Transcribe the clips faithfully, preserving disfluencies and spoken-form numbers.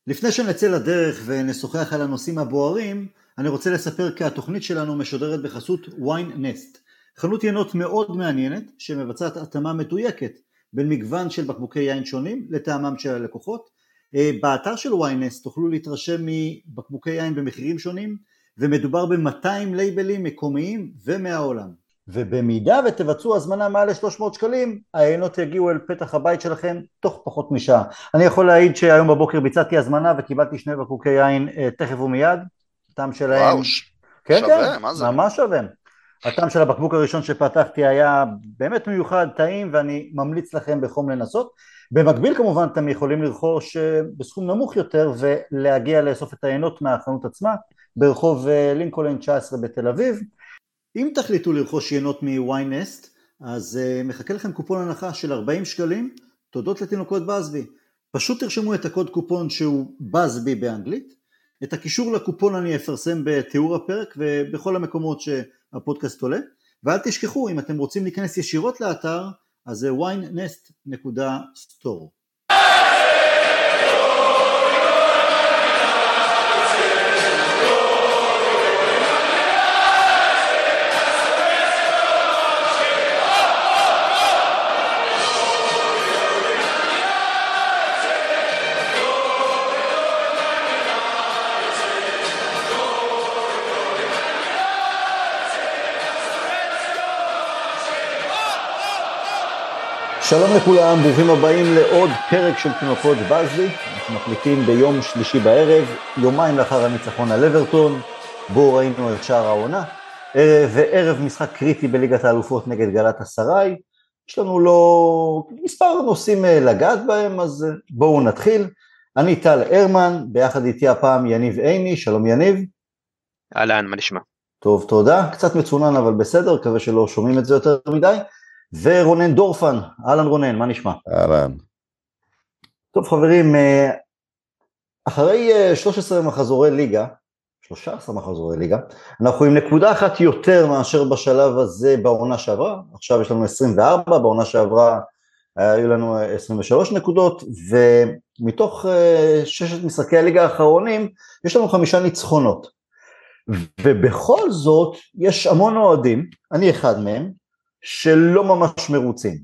לפני שנצא לדרך ונשוחח על הנושאים הבוערים, אני רוצה לספר כי התוכנית שלנו משודרת בחסות ויין נסט, חנות יינות מאוד מעניינת שמבצעת התאמה מדויקת בין מגוון של בקבוקי יין שונים לטעמם של הלקוחות. באתר של ויין נסט תוכלו להתרשם מבקבוקי יין במחירים שונים, ומדובר ב-מאתיים לייבלים מקומיים ומהעולם. ובמידה ותבצעו הזמנה מעל ל-שלוש מאות שקלים, העיינות יגיעו אל פתח הבית שלכם תוך פחות משעה. אני יכול להעיד שהיום בבוקר ביצעתי הזמנה וקיבלתי שני בקבוקי יין תכף ומיד. הטעם שלהם... וואו, כן, שווה, כן, מה זה? ממש שווה. הטעם של הבקבוק הראשון שפתחתי היה באמת מיוחד, טעים, ואני ממליץ לכם בחום לנסות. במקביל כמובן אתם יכולים לרכוש בסכום נמוך יותר ולהגיע לאסוף את העיינות מהחנות עצמה, ברחוב לינקולן תשע עשרה בתל אביב. אם תחליטו לרכוש יינות מוויין נסט, אז uh, מחכה לכם קופון הנחה של ארבעים שקלים, תודות לתינוקות בזבי. פשוט תרשמו את הקוד קופון שהוא בזבי באנגלית. את הקישור לקופון אני אפרסם בתיאור הפרק ובכל המקומות שהפודקאסט עולה. ואל תשכחו, אם אתם רוצים להיכנס ישירות לאתר, אז זה ויין נסט נקודה סטור. שלום לכולם, ברוכים הבאים לעוד פרק של תינוקות בזבי. אנחנו מקליטים ביום שלישי בערב, יומיים לאחר הניצחון על אברטון, בו ראינו את שער העונה, וערב משחק קריטי בליגת האלופות נגד גלאטסראי. יש לנו לו מספר נושאים לגעת בהם, אז בואו נתחיל. אני טל הרמן, ביחד איתי הפעם יניב עיני. שלום יניב. אהלן, מה נשמע? טוב, תודה. קצת מצונן אבל בסדר, מקווה שלא שומעים את זה יותר מדי. ורונן דורפן. אהלן רונן, מה נשמע? אהלן. טוב חברים, אחרי שלוש עשרה מחזורי ליגה, שלוש עשרה מחזורי ליגה, אנחנו עם נקודה אחת יותר מאשר בשלב הזה בעונה שעברה. עכשיו יש לנו עשרים וארבע, בעונה שעברה היו לנו עשרים ושלוש נקודות, ומתוך ששת משחקי הליגה האחרונים יש לנו חמישה ניצחונות. ובכל זאת יש המון אוהדים, אני אחד מהם, שלא ממש מרוצים.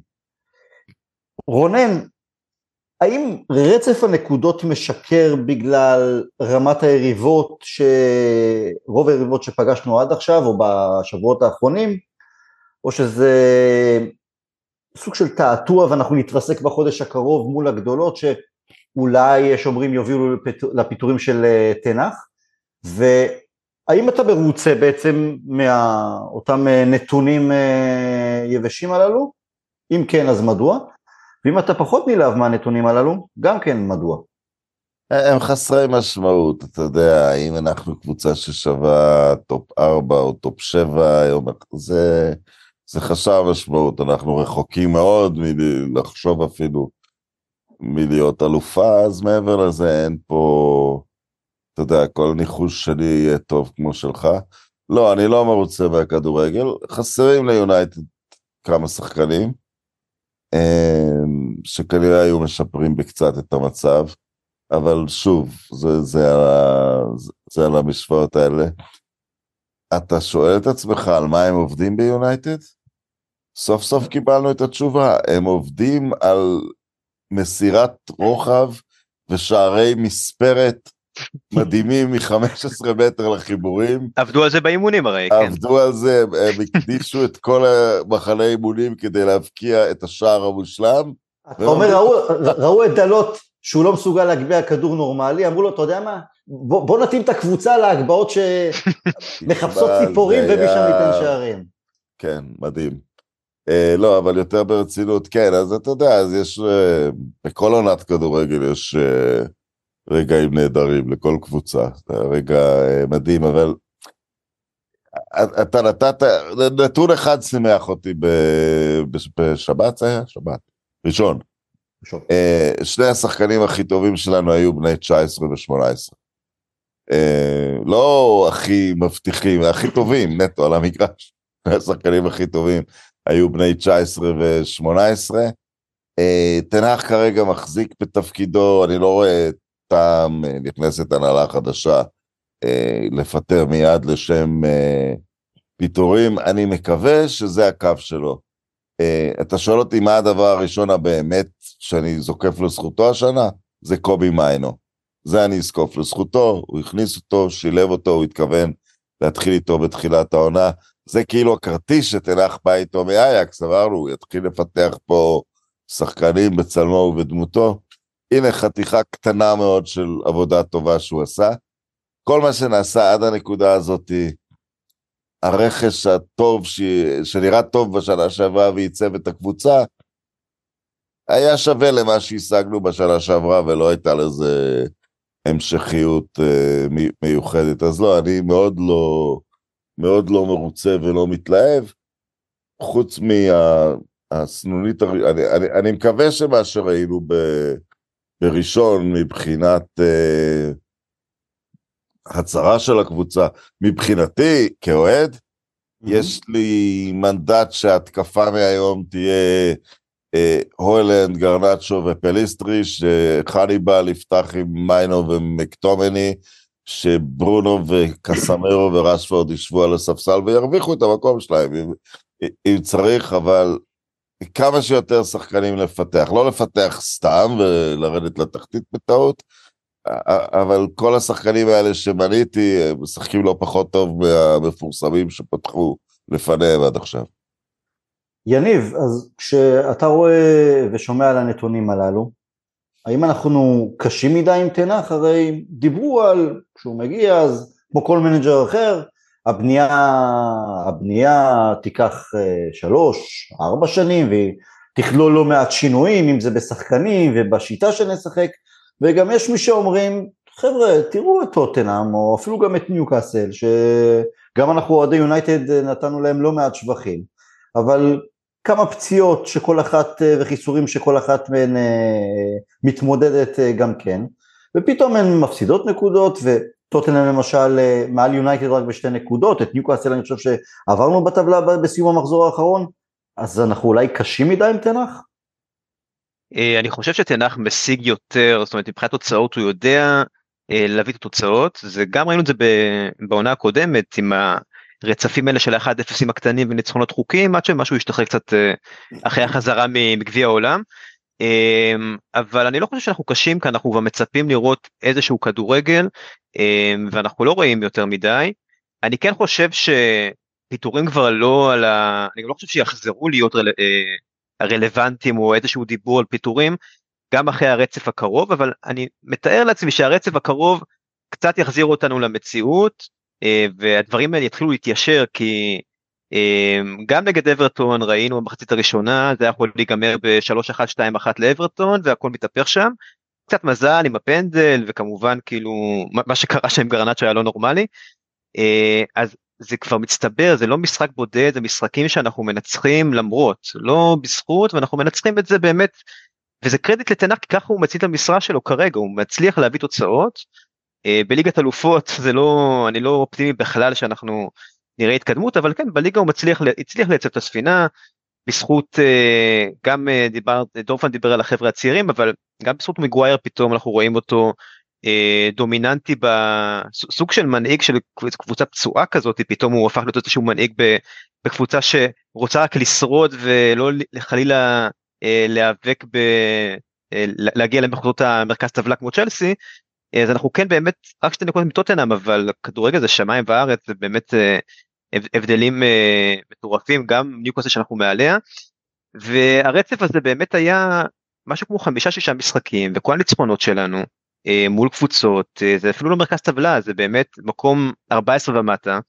רונן, האם רצף הנקודות משקר בגלל רמת היריבות, שרוב היריבות שפגשנו עד עכשיו, או בשבועות האחרונים, או שזה סוג של תעתוע, ואנחנו נתרסק בחודש הקרוב מול הגדולות, שאולי יש אומרים יובילו לפיטורים של תנח, ו... האם אתה מרוצה בעצם מאותם נתונים יבשים הללו? אם כן, אז מדוע? ואם אתה פחות נלהב מהנתונים הללו, גם כן מדוע? הם חסרי משמעות, אתה יודע, אם אנחנו קבוצה ששווה טופ ארבע או טופ שבע, זה, זה חסר משמעות, אנחנו רחוקים מאוד מלחשוב אפילו מלהיות אלופה, אז מעבר לזה אין פה... אתה יודע, כל ניחוש שלי יהיה טוב כמו שלך. לא, אני לא מרוצה מהכדורגל, חסרים ליונייטד כמה שחקנים, שכנראה היו משפרים בקצת את המצב, אבל שוב, זה, זה, זה, זה על המשוואות האלה. אתה שואל את עצמך על מה הם עובדים ביונייטד? סוף סוף קיבלנו את התשובה, הם עובדים על מסירת רוחב ושערי מספרת, מדהימים מ-חמישה עשר מטר לחיבורים. עבדו על זה באימונים הרי, כן. עבדו על זה, הם הקדישו את כל המחנה אימונים כדי להבקיע את השער המושלם. אתה אומר, ראו את דלות שהוא לא מסוגל להגביע כדור נורמלי, אמרו לו, אתה יודע מה, בוא נתאים את הקבוצה להגבעות שמחפשות ציפורים ומשם ניתן שערים. כן, מדהים. לא, אבל יותר ברצינות, כן, אז אתה יודע, אז יש, בכל עונת כדורגל יש... רגעים נהדרים לכל קבוצה, זה רגע מדהים, אבל אתה נתת, נתון אחד שימח אותי בשבת, זה היה? שבת, ראשון. ראשון. שני השחקנים הכי טובים שלנו היו בני תשע עשרה ו-שמונה עשרה. לא הכי מבטיחים, הכי טובים, נטו על המגרש. השחקנים הכי טובים היו בני תשע עשרה ו-שמונה עשרה. תנח כרגע מחזיק בתפקידו, אני לא רואה טעם, נכנסת הנהלה חדשה, לפטר מיד לשם פיטורים, אני מקווה שזה הקו שלו. אתה שואל אותי מה הדבר הראשון הבאמת שאני זוקף לזכותו השנה? זה קובי מיינו. זה אני אזקוף לזכותו, הוא הכניס אותו, שילב אותו, הוא התכוון להתחיל איתו בתחילת העונה. זה כאילו הכרטיס שתנח בא איתו מאייקס, אמרנו, הוא יתחיל לפתח פה שחקנים בצלמו ובדמותו. הנה חתיכה קטנה מאוד של עבודה טובה שהוא עשה. כל מה שנעשה עד הנקודה הזאת, הרכש הטוב, ש... שנראה טוב בשנה שעברה וייצב את הקבוצה, היה שווה למה שהשגנו בשנה שעברה, ולא הייתה לזה המשכיות uh, מיוחדת. אז לא, אני מאוד לא, מאוד לא מרוצה ולא מתלהב, חוץ מהסנונית, מה, אני, אני, אני מקווה שמה שראינו ב, בראשון מבחינת uh, הצהרה של הקבוצה, מבחינתי כאוהד, mm-hmm. יש לי מנדט שההתקפה מהיום תהיה אה, הוילנד, גרנצ'ו ופליסטרי, שחניבל יפתח עם מיינו ומקטומני, שברונו וקסמרו ורשפורד ישבו על הספסל וירוויחו את המקום שלהם, אם, אם צריך, אבל כמה שיותר שחקנים לפתח, לא לפתח סתם ולרדת לתחתית בטעות, אבל כל השחקנים האלה שמניתי, משחקים לא פחות טוב מהמפורסמים שפתחו לפניהם עד עכשיו. יניב, אז כשאתה רואה ושומע על הנתונים הללו, האם אנחנו קשים מדי עם תנח? הרי דיברו על, כשהוא מגיע, אז כמו כל מנג'ר אחר, הבנייה, הבנייה תיקח שלוש, ארבע שנים, והיא תכלול לא מעט שינויים, אם זה בשחקנים ובשיטה שנשחק, וגם יש מי שאומרים, חבר'ה, תראו את טוטנהאם, או אפילו גם את ניוקאסל, שגם אנחנו אוהדי יונייטד נתנו להם לא מעט שבחים, אבל כמה פציעות שכל אחת, וחיסורים שכל אחת מהן מתמודדת גם כן, ופתאום הן מפסידות נקודות, וטוטנהאם למשל מעל יונייטד רק בשתי נקודות, את ניוקאסל אני חושב שעברנו בטבלה בסיום המחזור האחרון, אז אנחנו אולי קשים מדי עם תנח? אני חושב שתנח משיג יותר, זאת אומרת, מבחינת תוצאות הוא יודע להביא את התוצאות, זה גם ראינו את זה בעונה הקודמת, עם הרצפים האלה של ה-אחד אפס הקטנים וניצחונות חוקים, עד שמשהו ישתחרר קצת אחרי החזרה מגביע העולם, אבל אני לא חושב שאנחנו קשים, כי אנחנו כבר מצפים לראות איזשהו כדורגל, ואנחנו לא רואים יותר מדי. אני כן חושב שפיטורים כבר לא על ה... אני לא חושב שיחזרו להיות רל... הרלוונטיים או איזשהו דיבור על פיטורים, גם אחרי הרצף הקרוב, אבל אני מתאר לעצמי שהרצף הקרוב קצת יחזיר אותנו למציאות, והדברים האלה יתחילו להתיישר, כי גם נגד אברטון ראינו במחצית הראשונה, זה יכול להיגמר ב-שלוש אחת שתיים אחת לאברטון, והכל מתהפך שם, קצת מזל עם הפנדל, וכמובן כאילו, מה שקרה שם גרנצ'ו היה לא נורמלי, אז זה כבר מצטבר, זה לא משחק בודד, זה משחקים שאנחנו מנצחים למרות, לא בזכות, ואנחנו מנצחים את זה באמת, וזה קרדיט לתנח, כי ככה הוא מציא את המשרה שלו כרגע, הוא מצליח להביא תוצאות, בליגת אלופות זה לא, אני לא אופטימי בכלל שאנחנו נראה התקדמות, אבל כן, בליגה הוא מצליח, הצליח לייצב את הספינה, בזכות, גם דיבר, דורפן דיבר על החבר'ה הצעירים, אבל גם בזכות מגווייר פתאום אנחנו רואים אותו, דומיננטי בסוג של מנהיג של קבוצה פצועה כזאת, פתאום הוא הפך להיות איזשהו מנהיג בקבוצה שרוצה רק לשרוד ולא חלילה להיאבק, להגיע למחוזות המרכז טבלה כמו צ'לסי, אז אנחנו כן באמת רק שתי נקודות מטוטנהאם, אבל כדורגל זה שמיים וארץ, זה באמת הבדלים מטורפים, גם ניוקאסל שאנחנו מעליה, והרצף הזה באמת היה משהו כמו חמישה שישה משחקים, וכל הניצחונות שלנו מול קבוצות, זה אפילו לא מרכז טבלה, זה באמת מקום ארבע עשרה ומטה,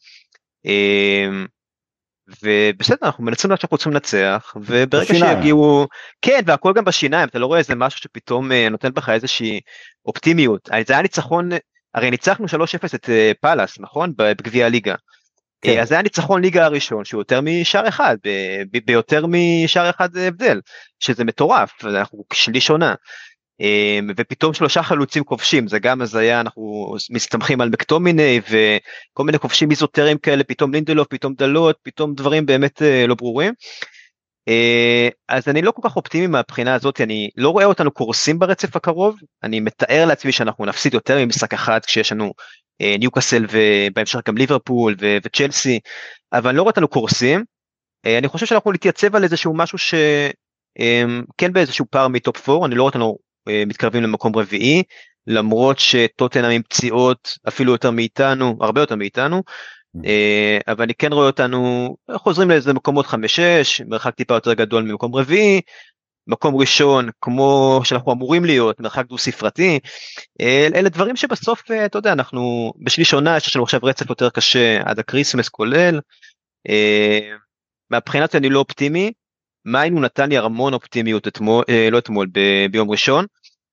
ובסדר, אנחנו מנצחים שאנחנו רוצים לנצח, וברגע שיגיעו, כן, והכל גם בשיניים, אתה לא רואה איזה משהו שפתאום נותן בך איזושהי אופטימיות, זה היה ניצחון, הרי ניצחנו שלוש אפס את פלאס, נכון? בגביע הליגה, אז זה היה ניצחון ליגה הראשון, שהוא יותר משער אחד, ביותר משער אחד הבדל, שזה מטורף, אנחנו שליש עונה, ופתאום שלושה חלוצים כובשים, זה גם אז היה, אנחנו מסתמכים על מקטומיני, וכל מיני כובשים איזוטריים כאלה, פתאום לינדלוף, פתאום דלות, פתאום דברים באמת לא ברורים, אז אני לא כל כך אופטימי מהבחינה הזאת, אני לא רואה אותנו קורסים ברצף הקרוב, אני מתאר לעצמי שאנחנו נפסיד יותר ממשחק אחד כשיש לנו ניוקאסל ובהמשך גם ליברפול וצ'לסי, אבל אני לא רואה אותנו קורסים. אני חושב שאנחנו נתייצב על איזשהו משהו שכן באיזשהו פער מטופ ארבע, אני לא רואה אותנו מתקרבים למקום רביעי, למרות שטוטנהאם עם פציעות אפילו יותר מאיתנו, הרבה יותר מאיתנו, אבל אני כן רואה אותנו חוזרים לאיזה מקומות חמש שש, מרחק טיפה יותר גדול ממקום רביעי, מקום ראשון כמו שאנחנו אמורים להיות, מרחק דו ספרתי. אלה דברים שבסוף אתה יודע, אנחנו בשליש עונה, יש לנו עכשיו רצף יותר קשה עד הקריסמס כולל. מהבחינת אני לא אופטימי, מיין הוא נתן לי המון אופטימיות אתמול, לא אתמול, ביום ראשון.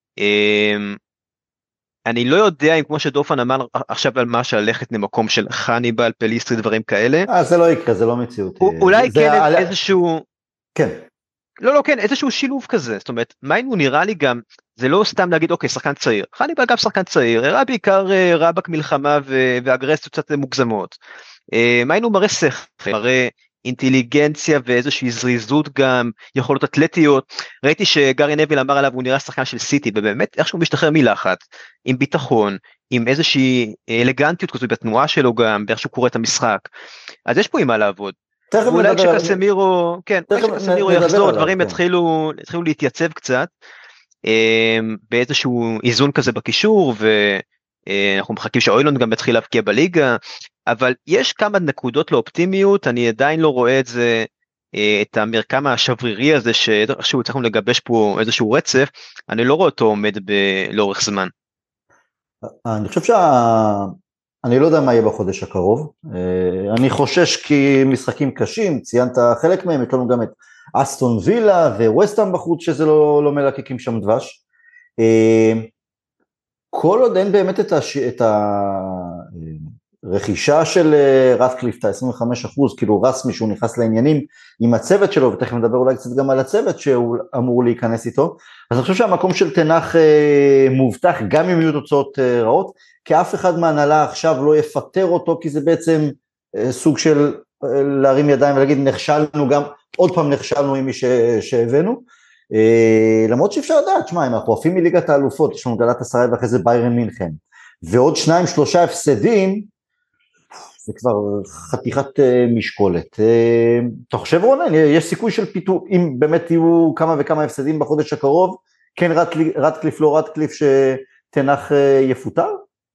אני לא יודע אם כמו שדופן אמר עכשיו על מה שהלכת למקום של חניבל, פליסטרי, דברים כאלה. אה, זה לא יקרה, זה לא מציאות. אולי כן איזשהו... כן. לא, לא, כן, איזשהו שילוב כזה. זאת אומרת, מיין הוא נראה לי גם, זה לא סתם להגיד, אוקיי, שחקן צעיר. חניבל גם שחקן צעיר, הראה בעיקר רבק מלחמה ואגרסיות קצת מוגזמות. מיין הוא מראה שכל, מראה אינטליגנציה ואיזושהי זריזות גם, יכולות אתלטיות. ראיתי שגארי נביל אמר עליו, הוא נראה שחקן של סיטי, ובאמת איכשהו משתחרר מלחץ, עם ביטחון, עם איזושהי אלגנטיות כזו בתנועה שלו גם, באיכשהו קורא את המשחק. אז יש פה עם מה לעבוד. אולי כשקסמירו, כן, אולי כשקסמירו יחזור, דברים יתחילו להתייצב קצת, באיזשהו איזון כזה בקישור, ואנחנו מחכים שאוילון גם יתחיל להבקיע בליגה, אבל יש כמה נקודות לאופטימיות, אני עדיין לא רואה את זה, את המרקם השברירי הזה, שאיכשהו צריכים לגבש פה איזשהו רצף, אני לא רואה אותו עומד לאורך זמן. אני חושב שה... אני לא יודע מה יהיה בחודש הקרוב, אני חושש כי משחקים קשים, ציינת חלק מהם, יש לנו גם את אסטון וילה וווסטהאם בחוץ, שזה לא, לא מלקקים שם דבש. כל עוד אין באמת את, הש... את הרכישה של רטקליף, את ה-עשרים וחמישה אחוז, כאילו רסמי שהוא נכנס לעניינים עם הצוות שלו, ותכף נדבר אולי קצת גם על הצוות שהוא אמור להיכנס איתו, אז אני חושב שהמקום של תנח מובטח, גם אם יהיו תוצאות רעות, כי אף אחד מהנהלה עכשיו לא יפטר אותו, כי זה בעצם סוג של להרים ידיים ולהגיד נכשלנו גם, עוד פעם נכשלנו עם מי שהבאנו, למרות שאפשר לדעת, שמה, אם אנחנו עפים מליגת האלופות, יש לנו גלת עשרה ואחרי זה ביירן מינכן, ועוד שניים שלושה הפסדים, זה כבר חתיכת משקולת. אתה חושב רונן, יש סיכוי של פיתור, אם באמת יהיו כמה וכמה הפסדים בחודש הקרוב, כן רטקליף לא רטקליף שתנח יפוטר?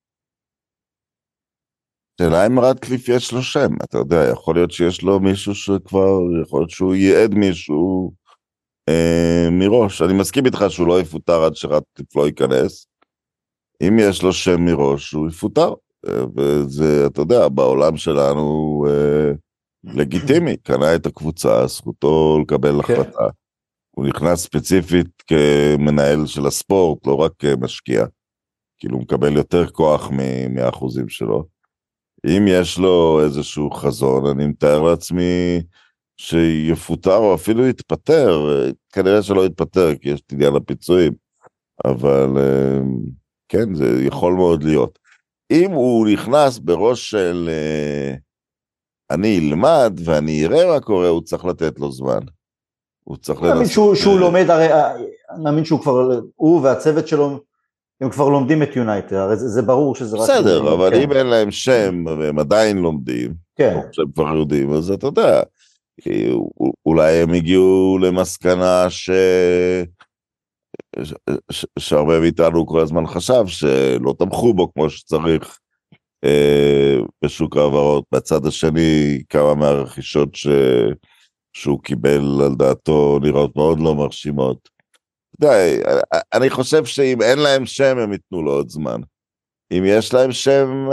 שאלה אם רטקליף יש לו שם, אתה יודע, יכול להיות שיש לו מישהו שכבר, יכול להיות שהוא ייעד מישהו אה, מראש. אני מסכים איתך שהוא לא יפוטר עד שרטקליף לא ייכנס. אם יש לו שם מראש, הוא יפוטר. אה, וזה, אתה יודע, בעולם שלנו אה, לגיטימי, קנה את הקבוצה, זכותו לקבל כן. החלטה. הוא נכנס ספציפית כמנהל של הספורט, לא רק כמשקיע. כאילו הוא מקבל יותר כוח מהאחוזים שלו. אם יש לו איזשהו חזון, אני מתאר לעצמי שיפוטר או אפילו יתפטר, כנראה שלא יתפטר כי יש עניין לפיצויים, אבל כן, זה יכול מאוד להיות. אם הוא נכנס בראש של אני אלמד ואני אראה מה קורה, הוא צריך לתת לו זמן. הוא צריך לנסות. שהוא, שהוא לומד, הרי, אני מאמין שהוא כבר, הוא והצוות שלו, הם כבר לומדים את יונייטד, הרי זה, זה ברור שזה רק... בסדר, אבל כן. אם אין להם שם, והם עדיין לומדים, כן. או שהם כבר יודעים, אז אתה יודע, אולי הם הגיעו למסקנה ש... ש... ש... שהרבה מאיתנו כל הזמן חשב, שלא תמכו בו כמו שצריך אה, בשוק העברות. בצד השני, כמה מהרכישות ש... שהוא קיבל על דעתו נראות מאוד לא מרשימות. די, אני חושב שאם אין להם שם, הם ייתנו לו עוד זמן. אם יש להם שם,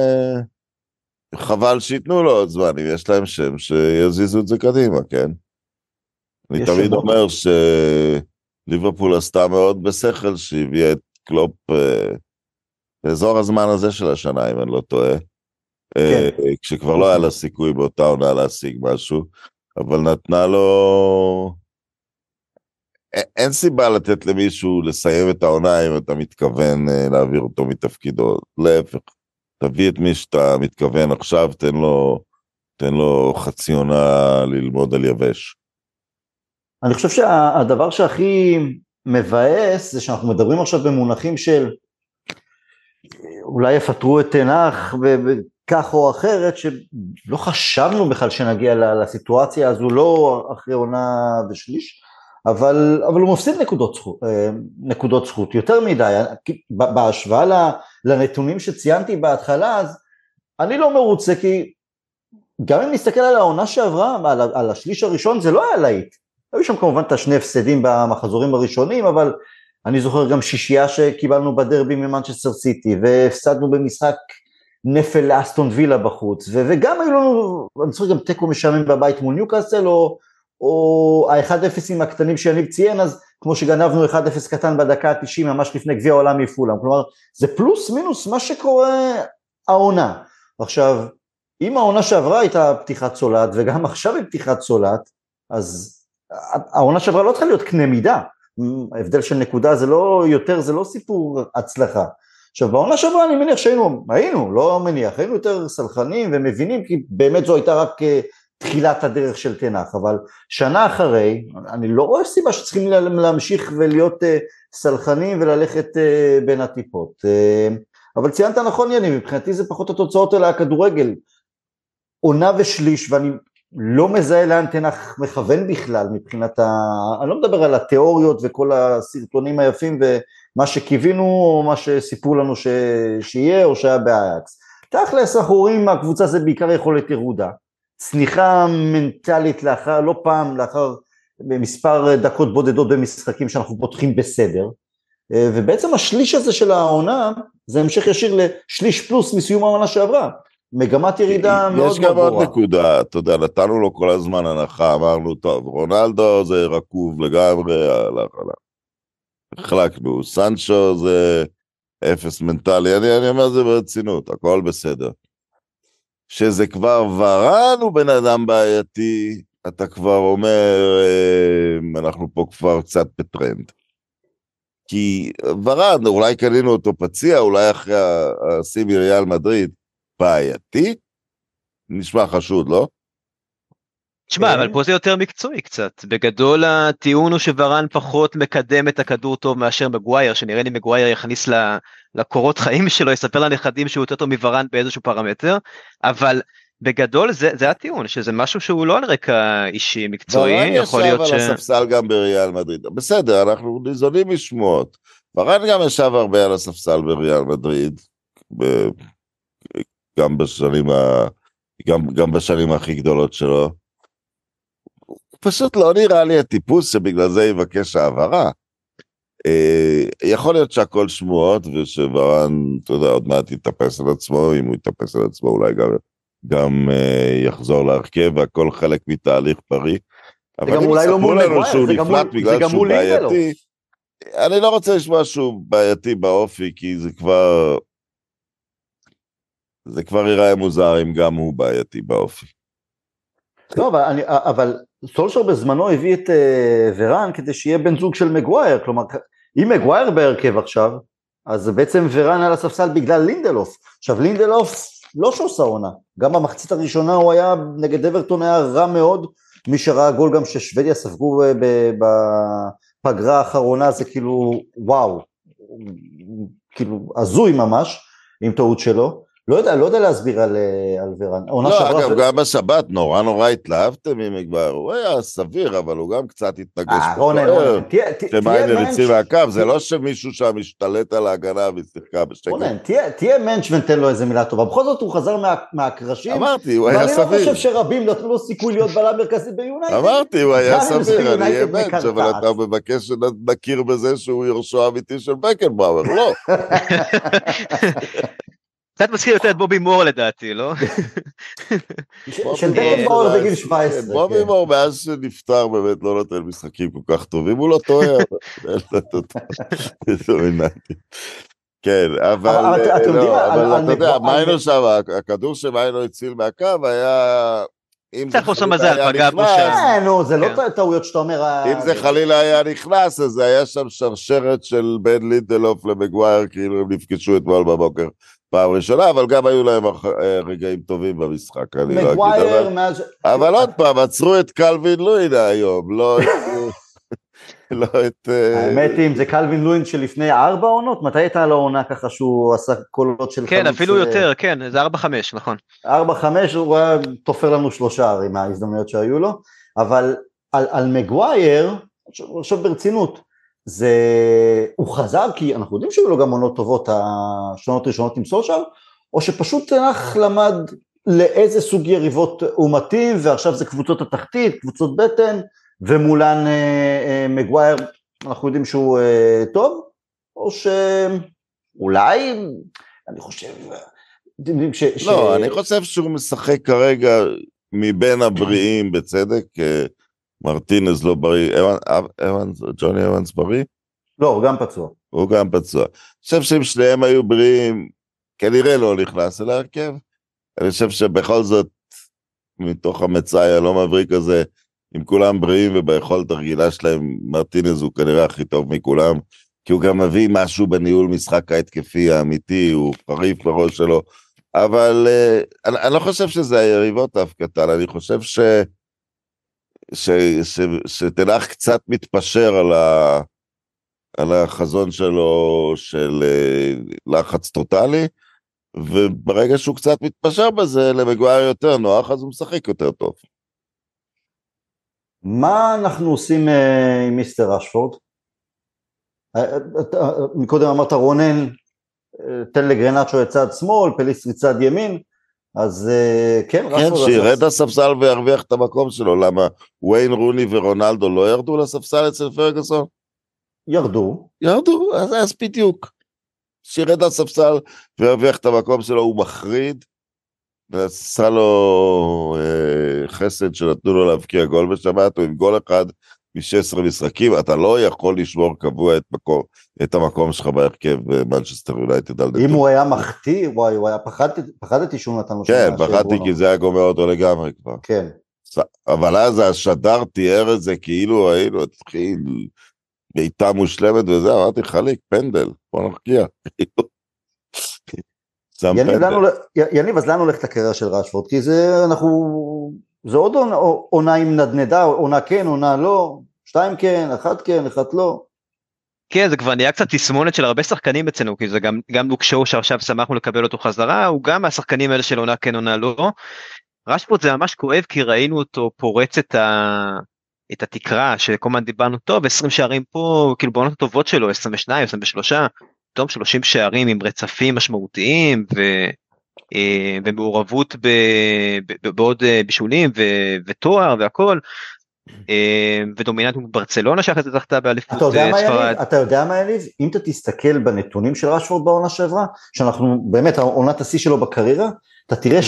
חבל שיתנו לו עוד זמן. אם יש להם שם, שיזיזו את זה קדימה, כן? אני תמיד אומר שליברפול עשתה מאוד בשכל, שהביאה את קלופ באזור הזמן הזה של השנה, אם אני לא טועה. כשכבר לא היה לה סיכוי באותה עונה להשיג משהו, אבל נתנה לו... אין סיבה לתת למישהו לסיים את העונה אם אתה מתכוון להעביר אותו מתפקידו. להפך, תביא את מי שאתה מתכוון עכשיו, תן לו, תן לו חצי עונה ללמוד על יבש. אני חושב שהדבר שהכי מבאס, זה שאנחנו מדברים עכשיו במונחים של, אולי יפטרו את תנח בכך או אחרת, שלא חשבנו בכלל שנגיע לסיטואציה הזו, לא אחרי עונה ושליש, אבל, אבל הוא מפסיד נקודות זכות, נקודות זכות, יותר מדי, בהשוואה לנתונים שציינתי בהתחלה, אז אני לא מרוצה, כי גם אם נסתכל על העונה שעברה, על, על השליש הראשון, זה לא היה להיט, היו שם כמובן את השני הפסדים במחזורים הראשונים, אבל אני זוכר גם שישייה שקיבלנו בדרבי ממנצ'סטר סיטי, והפסדנו במשחק נפל לאסטון וילה בחוץ, ו- וגם היו לנו, אני זוכר גם טקו משעמם בבית מול ניוקאסל, או, או ה-אחד אפס הקטנים שיניב ציין, אז כמו שגנבנו אחד אפס קטן בדקה ה-תשעים, ממש לפני גביע העולם מפולאם, כלומר, זה פלוס מינוס מה שקורה העונה. עכשיו, אם העונה שעברה הייתה פתיחת צולת, וגם עכשיו היא פתיחת צולת, אז העונה שעברה לא צריכה להיות קנה מידה, ההבדל של נקודה זה לא יותר, זה לא סיפור הצלחה. עכשיו, בעונה שעברה אני מניח שהיינו, היינו, לא מניח, היינו יותר סלחנים ומבינים, כי באמת זו הייתה רק תחילת הדרך של תנח, אבל שנה אחרי, אני לא רואה סיבה שצריכים להמשיך ולהיות סלחנים וללכת בין הטיפות. אבל ציינת נכון יניב, מבחינתי זה פחות התוצאות אלא הכדורגל, עונה ושליש, ואני לא מזהה לאן תנח מכוון בכלל, מבחינת ה... אני לא מדבר על התיאוריות וכל הסרטונים היפים, ומה שקיווינו, או מה שסיפרו לנו ש... שיהיה, או שהיה באייקס. תכלס, אנחנו רואים מהקבוצה זה בעיקר יכולת ירודה, צניחה מנטלית לאחר, לא פעם, לאחר מספר דקות בודדות במשחקים שאנחנו פותחים בסדר, ובעצם השליש הזה של העונה, זה המשך ישיר לשליש פלוס מסיום העונה שעברה, מגמת ירידה מאוד יש גם ברורה. עוד נקודה, אתה יודע, נתנו לו כל הזמן הנחה, אמרנו, טוב, רונלדו זה רקוב לגמרי, הלך, הלך. החלקנו, סנצ'ו זה אפס מנטלי, אני, אני אומר זה ברצינות, הכל בסדר. שזה כבר ורן הוא בן אדם בעייתי, אתה כבר אומר, אנחנו פה כבר קצת בטרנד. כי ורן, אולי קנינו אותו פציע, אולי אחרי הסימי ריאל מדריד, בעייתי, נשמע חשוד, לא? תשמע, אבל פה זה יותר מקצועי קצת. בגדול הטיעון הוא שוורן פחות מקדם את הכדור טוב מאשר מגווייר, שנראה לי מגווייר יכניס לקורות חיים שלו, יספר לנכדים שהוא יותר טוב מוורן באיזשהו פרמטר, אבל בגדול זה, זה הטיעון, שזה משהו שהוא לא על רקע אישי מקצועי, יכול להיות ש... ורן ישב על הספסל גם בריאל מדריד, בסדר, אנחנו ניזונים משמועות, ורן גם ישב הרבה על הספסל בריאל מדריד, ב... גם בשנים, ה... גם, גם בשנים הכי גדולות שלו, פשוט לא נראה לי הטיפוס שבגלל זה יבקש העברה. אה, יכול להיות שהכל שמועות, ושוורן, אתה יודע, עוד מעט יתאפס על עצמו, אם הוא יתאפס על עצמו אולי גם, גם אה, יחזור להרכב, והכל חלק מתהליך בריא. אבל אם יספרו לנו שהוא נפלט בגלל שהוא בעייתי, אני לא רוצה לשמוע שהוא בעייתי באופי, כי זה כבר, זה כבר יראה מוזר אם גם הוא בעייתי באופי. לא, אבל, אני, אבל סולשר בזמנו הביא את uh, ורן כדי שיהיה בן זוג של מגווייר, כלומר, אם מגווייר בהרכב עכשיו, אז בעצם ורן על הספסל בגלל לינדלוף. עכשיו, לינדלוף לא שעושה עונה, גם במחצית הראשונה הוא היה, נגד אברטון היה רע מאוד, מי שראה גול גם ששוודיה ספגו בפגרה האחרונה, זה כאילו, וואו, כאילו, הזוי ממש, עם טעות שלו, לא יודע, לא יודע להסביר על, על ורן. לא, אגב, ו... גם בשבת נורא נורא התלהבתם עם מגבר, הוא היה סביר, אבל הוא גם קצת התנגש. אה, רונן, רונן, תהיה, שמיינר יציא מהקו, זה לא שמישהו שם משתלט על ההגנה ושיחקה בשקט. רונן, תהיה מנץ' ונתן לו איזה מילה טובה. בכל זאת הוא חזר מהקרשים. אמרתי, הוא היה סביר. ואני לא חושב שרבים נתנו לו סיכוי להיות בלם מרכזי ביונייטד. אמרתי, הוא היה סביר, אני אהיה מנץ', אבל אתה מבקש שנכיר בזה שהוא יורשו אמיתי של בקנבאואר, לא. קצת מזכיר יותר את בובי מור לדעתי, לא? של בקנבאואר בגיל שבע עשרה. בובי מור מאז שנפטר באמת לא נותן משחקים כל כך טובים, הוא לא טועה. כן, אבל אתה יודע, מיינו שם, הכדור שמיינו הציל מהקו היה... קצת חוסר מזל, פגע בו שם. כן, נו, זה לא טעויות שאתה אומר... אם זה חלילה היה נכנס, אז זה היה שם שרשרת של בין לינדלוף למגווייר, כאילו הם נפגשו אתמול בבוקר. פעם ראשונה, אבל גם היו להם רגעים טובים במשחק, אני לא אגיד, אבל... אבל עוד פעם, עצרו את קלווין לוין היום, לא... לא את... האמת היא, אם זה קלווין לוין שלפני ארבע עונות, מתי הייתה לו עונה ככה שהוא עשה קולות של חלוץ? כן, אפילו יותר, כן, זה ארבע חמש, נכון. ארבע חמש, הוא היה תופר לנו שלושה הרי מההזדמנויות שהיו לו, אבל על, על מגווייר, עכשיו ברצינות, זה, הוא חזר כי אנחנו יודעים שהיו לו גם עונות טובות, השנות ראשונות עם סולשר, או שפשוט תנח למד לאיזה סוג יריבות הוא מתאים, ועכשיו זה קבוצות התחתית, קבוצות בטן, ומולן אה, אה, מגווייר, אנחנו יודעים שהוא אה, טוב, או שאולי, אני חושב, ש, לא, ש... אני חושב שהוא משחק כרגע מבין הבריאים בצדק, מרטינז לא בריא, אבנס, ג'וני אבנס בריא? לא, הוא גם פצוע. הוא גם פצוע. אני חושב שאם שניהם היו בריאים, כנראה לא נכנס אל ההרכב. אני חושב שבכל זאת, מתוך המצאי הלא מבריק הזה, עם כולם בריאים וביכולת הרגילה שלהם, מרטינז הוא כנראה הכי טוב מכולם, כי הוא גם מביא משהו בניהול משחק ההתקפי האמיתי, הוא חריף בראש שלו, אבל uh, אני, אני לא חושב שזה היריבות דווקא טל, אני חושב ש, ש, ש, שתנח קצת מתפשר על, ה, על החזון שלו של uh, לחץ טוטלי, וברגע שהוא קצת מתפשר בזה, למגווייר יותר נוח, אז הוא משחק יותר טוב. מה אנחנו עושים uh, עם מיסטר רשפורד? מקודם אמרת רונן, תן לגרנצ'ו את צד שמאל, פליסטרי צד ימין, אז כן, כן, שירד הספסל וירוויח את המקום שלו, למה וויין רוני ורונלדו לא ירדו לספסל אצל פרגוסון? ירדו. ירדו, אז אז בדיוק. שירד הספסל וירוויח את המקום שלו, הוא מחריד, ועשה לו אה, חסד שנתנו לו להבקיע גול בשבת, הוא עם גול אחד, מ-שש עשרה משחקים, אתה לא יכול לשמור קבוע את, מקום, את המקום שלך בהרכב במנצ'סטר יונייטד. אם הוא היה מחטיא, וואי, וואי, פחדתי, פחדתי שהוא נתן לו כן, פחדתי כי זה היה גומר אותו לגמרי כבר. כן. אבל אז השדר תיאר את זה כאילו היינו התחיל בעיטה מושלמת וזה, אמרתי חליק, פנדל, בוא נחגיע. יניב, יניב, אז לאן הולך את הקריירה של רשפורד? כי זה, אנחנו, זה עוד עונה עם נדנדה, עונה כן, עונה לא, שתיים כן, אחת כן, אחת לא. כן, זה כבר נהיה קצת תסמונת של הרבה שחקנים אצלנו, כי זה גם, גם לוק שואו שעכשיו שמחנו לקבל אותו חזרה, הוא גם מהשחקנים האלה של עונה כן, עונה לא. רשפורד זה ממש כואב, כי ראינו אותו פורץ את, ה... את התקרה, שכל הזמן דיברנו טוב, עשרים שערים פה, כאילו בעונות הטובות שלו, עשרים ושתיים, עשרים ושלוש, פתאום שלושים שערים עם רצפים משמעותיים, ו... ומעורבות בעוד בישולים ותואר והכל, ודומיננטיות ברצלונה שאחרי זה זכתה באליפות ספרד. אתה יודע מה יניב? אם אתה תסתכל בנתונים של רשפורד בעונה שעברה, שאנחנו באמת העונת השיא שלו בקריירה, אתה תראה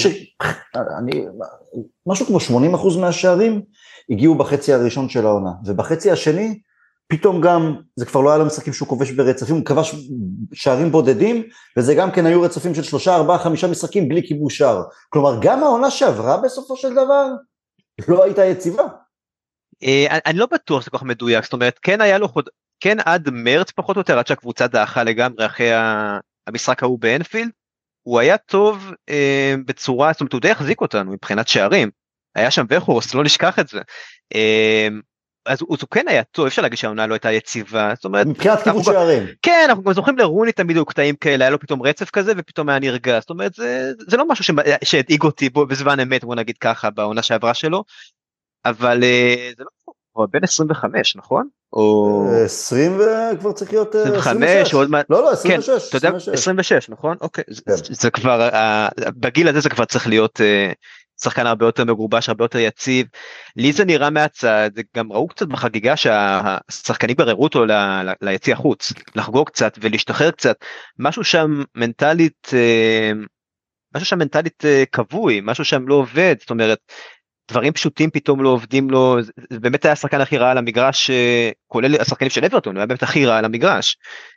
שמשהו כמו שמונים אחוז מהשערים הגיעו בחצי הראשון של העונה, ובחצי השני פתאום גם, זה כבר לא היה למשחקים שהוא כובש ברצפים, הוא כבש שערים בודדים, וזה גם כן היו רצפים של שלושה, ארבעה, חמישה משחקים בלי כיבוש שער. כלומר, גם העונה שעברה בסופו של דבר, לא הייתה יציבה. אני לא בטוח שזה כל כך מדויק, זאת אומרת, כן היה לו, כן עד מרץ פחות או יותר, עד שהקבוצה דעכה לגמרי אחרי המשחק ההוא באנפילד, הוא היה טוב בצורה, זאת אומרת, הוא די החזיק אותנו מבחינת שערים, היה שם וחורס, לא נשכח את זה. אז הוא כן היה טוב, אפשר להגיד שהעונה לא הייתה יציבה, זאת אומרת... מבחינת כיבוש שערים. כן, אנחנו גם זוכרים לרוני תמיד היו קטעים כאלה, היה לו פתאום רצף כזה, ופתאום היה נרגע, זאת אומרת, זה, זה לא משהו שהדאיג אותי בו בזמן אמת, בוא נגיד ככה, בעונה שעברה שלו, אבל זה לא... הוא בן עשרים וחמש, נכון? או... עשרים וכבר צריך להיות... עשרים וחמש, עוד מעט... לא, לא, עשרים ושש. כן, אתה יודע, עשרים ושש, נכון? אוקיי, זה כבר, בגיל הזה זה כבר צריך להיות... שחקן הרבה יותר מגובש, הרבה יותר יציב, לי זה נראה מהצד, גם ראו קצת בחגיגה שהשחקנים בררו אותו ליציע חוץ, לחגוג קצת ולהשתחרר קצת, משהו שם מנטלית, משהו שם מנטלית קבוי, משהו שם לא עובד, זאת אומרת, דברים פשוטים פתאום לא עובדים לו, זה באמת היה השחקן הכי רע על המגרש, כולל השחקנים של אברטון, הוא היה באמת הכי רע על המגרש,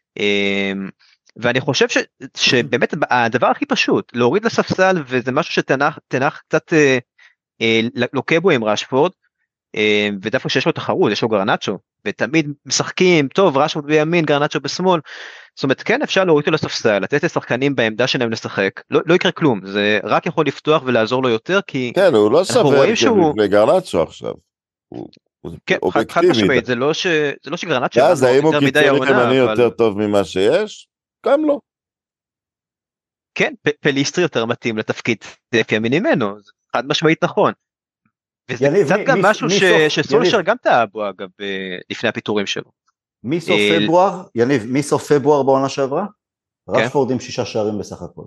ואני חושב ש, שבאמת הדבר הכי פשוט, להוריד לספסל, וזה משהו שתנח תנח קצת אה, אה, לוקה בו עם רשפורד, אה, ודווקא שיש לו תחרות, יש לו גרנצ'ו, ותמיד משחקים, טוב, רשפורד בימין, גרנצ'ו בשמאל, זאת אומרת, כן אפשר להוריד לו לספסל, לתת לשחקנים בעמדה שלהם לשחק, לא, לא יקרה כלום, זה רק יכול לפתוח ולעזור לו יותר, כי... כן, הוא לא שווה שהוא... לגרנצ'ו עכשיו. הוא... כן, חד משמעית, זה לא שגרנצ'ו ואז האם הוא קיצוני ימני אבל... יותר טוב ממה שיש? גם לא. כן, פליסטרי יותר מתאים לתפקיד ימני ממנו, זה חד משמעית נכון. וזה יניב, קצת מי, גם מי, משהו מי ש... סוף, שסולשר יניב, גם טעה בו אגב, לפני הפיטורים שלו. מסוף פברואר, יניב, מסוף פברואר בעונה שעברה, כן? רשפורד עם שישה שערים בסך הכל.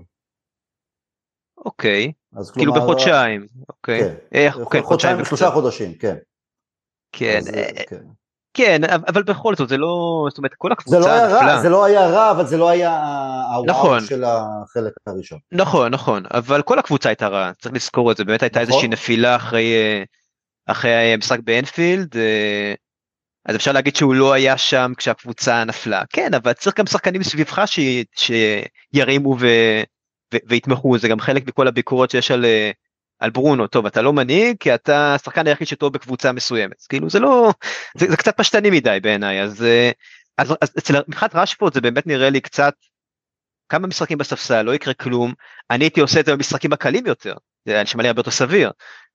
אוקיי, אז כאילו כלומר, בחודשיים, אוקיי. כן, אה, כן, חודשיים ושלושה וקצת. חודשים, כן. כן, אז, אה, כן. כן, אבל בכל זאת, זה לא, זאת אומרת, כל זה לא הקבוצה היה רע, נפלה. זה לא היה רע, אבל זה לא היה הוואו נכון, של החלק הראשון. נכון, נכון, אבל כל הקבוצה הייתה רעה, צריך לזכור את זה, באמת הייתה איזושהי נכון? נפילה אחרי, אה, אחרי המשחק באנפילד, אה, אז אפשר להגיד שהוא לא היה שם כשהקבוצה נפלה, כן, אבל צריך גם שחקנים סביבך ש... שירימו ו... ו... ויתמכו, זה גם חלק מכל הביקורות שיש על, אה, על ברונו, טוב, אתה לא מנהיג, כי אתה השחקן היחיד שטוב בקבוצה מסוימת, כאילו זה לא, זה, זה קצת פשטני מדי בעיניי, אז, אה, אז, אז אצל מבחינת רשפורד זה באמת נראה לי קצת, כמה משחקים בספסל, לא יקרה כלום, אני הייתי עושה את זה במשחקים הקלים יותר, זה נשמע לי הרבה יותר סביר,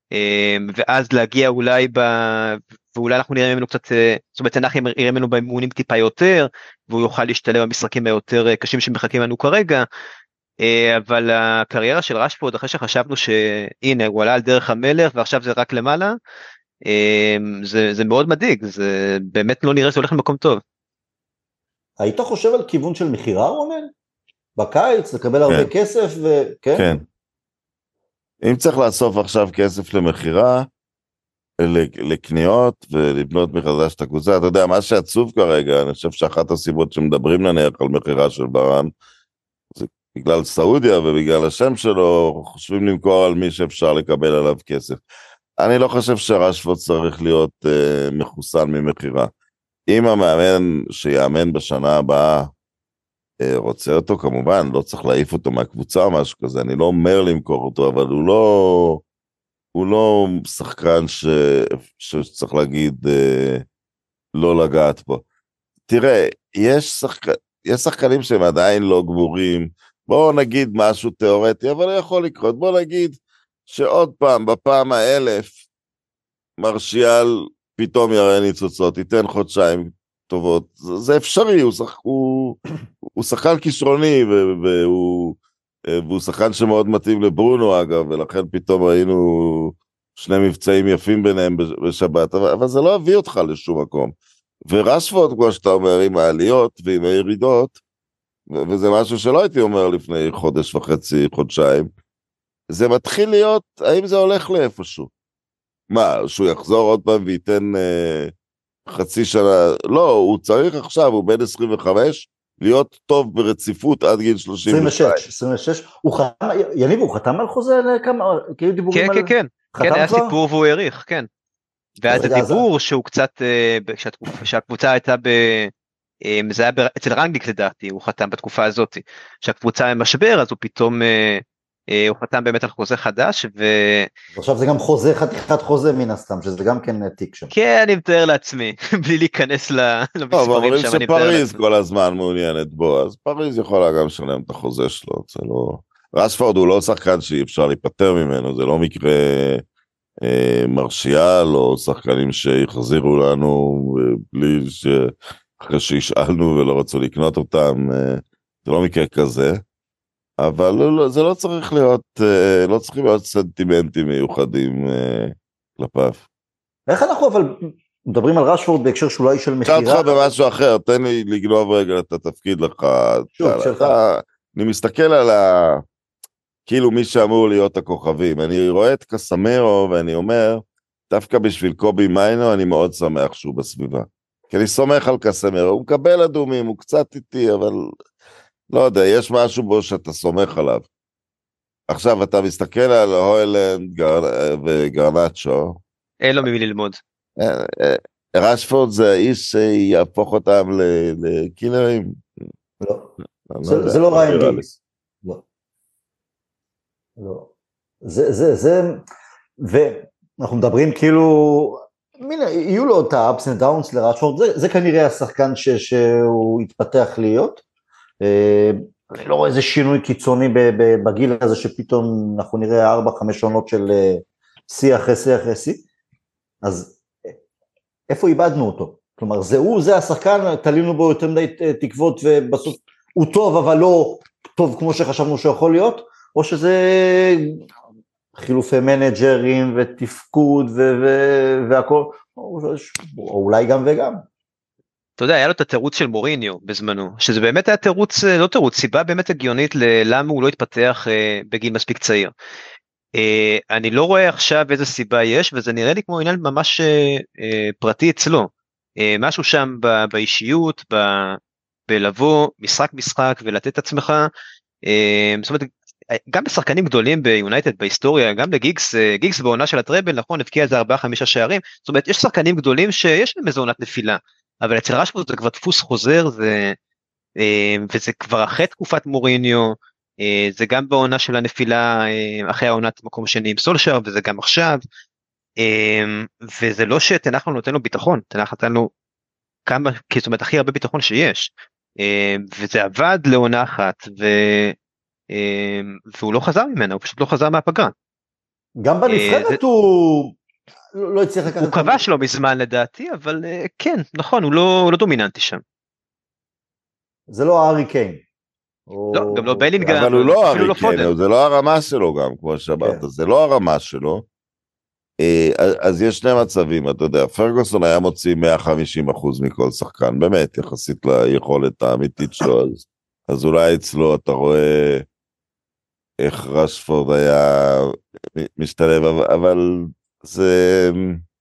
ואז להגיע אולי ב... ואולי אנחנו נראה ממנו קצת, זאת אומרת אנחנו נראה ממנו באימונים טיפה יותר, והוא יוכל להשתלב במשחקים היותר קשים שמחכים לנו כרגע, אבל הקריירה של רשפורד, אחרי שחשבנו שהנה הוא עלה על דרך המלך ועכשיו זה רק למעלה, זה, זה מאוד מדאיג, זה באמת לא נראה שזה הולך למקום טוב. היית חושב על כיוון של מחירה רונן? בקיץ, לקבל הרבה כן. כסף וכן? כן. אם צריך לאסוף עכשיו כסף למחירה, לקניות ולבנות מחדש את הקבוצה, אתה יודע, מה שעצוב כרגע, אני חושב שאחת הסיבות שמדברים נניח על מחירה של ברן, זה בגלל סעודיה ובגלל השם שלו, חושבים למכור על מי שאפשר לקבל עליו כסף. אני לא חושב שרשפורד צריך להיות uh, מחוסן ממחירה. אם המאמן שיאמן בשנה הבאה, רוצה אותו, כמובן, לא צריך להעיף אותו מהקבוצה או משהו כזה, אני לא אומר למכור אותו, אבל הוא לא, הוא לא שחקן ש, שצריך להגיד אה, לא לגעת בו. תראה, יש, שחק, יש שחקנים שהם עדיין לא גמורים, בואו נגיד משהו תיאורטי, אבל יכול לקרות, בואו נגיד שעוד פעם, בפעם האלף, מרשיאל פתאום יראה ניצוצות, ייתן חודשיים, טובות, זה, זה אפשרי, הוא, שח, הוא, הוא שחקן כישרוני, והוא, והוא שחקן שמאוד מתאים לברונו אגב, ולכן פתאום היינו שני מבצעים יפים ביניהם בשבת, אבל, אבל זה לא הביא אותך לשום מקום. ורשפורד, כמו שאתה אומר, עם העליות ועם הירידות, וזה משהו שלא הייתי אומר לפני חודש וחצי, חודשיים, זה מתחיל להיות, האם זה הולך לאיפשהו? מה, שהוא יחזור עוד פעם וייתן... אה, חצי שנה, לא, הוא צריך עכשיו, הוא בן עשרים וחמש, להיות טוב ברציפות עד גיל שלושים ושתיים. עשרים ושש, הוא חתם, יניב, הוא חתם על חוזה לכמה, כאילו דיבורים כן, על... כן, כן, כן, היה סיפור והוא העריך, כן. ואז הדיבור שהוא קצת, שהקבוצה הייתה ב... זה היה אצל רנגניק לדעתי, הוא חתם בתקופה הזאת, שהקבוצה במשבר, אז הוא פתאום... הוא חתם באמת על חוזה חדש, ו... עכשיו זה גם חוזה, חתיכת חוזה מן הסתם, שזה גם כן תיק שם. כן, אני מתאר לעצמי, בלי להיכנס למספרים שם, אני מתאר לעצמי. שפריז כל הזמן מעוניינת בו, אז פריז יכולה גם לשלם את החוזה שלו, זה לא... רשפורד הוא לא שחקן שאי אפשר להיפטר ממנו, זה לא מקרה אה, מרשיאל, או שחקנים שיחזירו לנו, בלי ש... אחרי שהשאלנו ולא רצו לקנות אותם, אה, זה לא מקרה כזה. אבל לא, זה לא צריך להיות, לא צריכים להיות סנטימנטים מיוחדים כלפיו. איך אנחנו אבל מדברים על רשפורד בהקשר שאולי של מחירה? שאל אותך במשהו אחר, תן לי לגנוב רגע את התפקיד לך. שוב, שלך. אני מסתכל על ה... כאילו מי שאמור להיות הכוכבים. אני רואה את קסמרו ואני אומר, דווקא בשביל קובי מיינו אני מאוד שמח שהוא בסביבה. כי אני סומך על קסמרו, הוא מקבל אדומים, הוא קצת איטי, אבל... לא יודע, יש משהו בו שאתה סומך עליו. עכשיו, אתה מסתכל על הוילנד גר... וגרנצ'ו. אין לו ממי ללמוד. רשפורד זה האיש שיהפוך אותם לקילרים. לא. זה, זה לא ריין גיגס. לא. לא. זה, זה, זה, ואנחנו מדברים כאילו, מיני, יהיו לו את ה-ups and downs לרשפורד, זה, זה כנראה השחקן ש, שהוא התפתח להיות. אני לא רואה איזה שינוי קיצוני בגיל הזה שפתאום אנחנו נראה ארבע חמש עונות של שיא אחרי שיא אחרי שיא, אז איפה איבדנו אותו? כלומר, זה הוא, זה השחקן, תלינו בו יותר מדי תקוות, ובסוף הוא טוב, אבל לא טוב כמו שחשבנו שיכול להיות, או שזה חילופי מנג'רים ותפקוד והכל, או אולי גם וגם. אתה יודע, היה לו את התירוץ של מוריניו בזמנו, שזה באמת היה תירוץ, לא תירוץ, סיבה באמת הגיונית ללמה הוא לא התפתח בגיל מספיק צעיר. אני לא רואה עכשיו איזה סיבה יש, וזה נראה לי כמו עניין ממש פרטי אצלו. משהו שם באישיות, בלבוא משחק משחק ולתת את עצמך, זאת אומרת, גם בשחקנים גדולים ביונייטד בהיסטוריה, גם לגיגס, גיגס בעונה של הטראבל, נכון, הבקיע איזה ארבעה חמישה שערים, זאת אומרת, יש שחקנים גדולים שיש להם איזו עונת נפילה, אבל אצל רשפורד זה כבר דפוס חוזר, זה, וזה כבר אחרי תקופת מוריניו, זה גם בעונה של הנפילה, אחרי העונת מקום שני עם סולשר, וזה גם עכשיו, וזה לא שתנחנו נותן לו ביטחון, תנחנו נותן לו כמה, זאת אומרת, הכי הרבה ביטחון שיש, וזה עבד לעונה אחת, ו... והוא לא חזר ממנה, הוא פשוט לא חזר מהפגרה. גם בנבחרת הוא לא הצליח לקחת... הוא כבש לו מזמן לדעתי, אבל כן, נכון, הוא לא דומיננטי שם. זה לא הארי קיין. לא, גם לא בלינגהאם. אבל הוא לא הארי קיין, זה לא הרמה שלו גם, כמו שאמרת, זה לא הרמה שלו. אז יש שני מצבים, אתה יודע, פרגוסון היה מוציא מאה וחמישים אחוז מכל שחקן, באמת, יחסית ליכולת האמיתית שלו, אז, אז אולי אצלו אתה רואה איך רשפורד היה משתלב, אבל זה,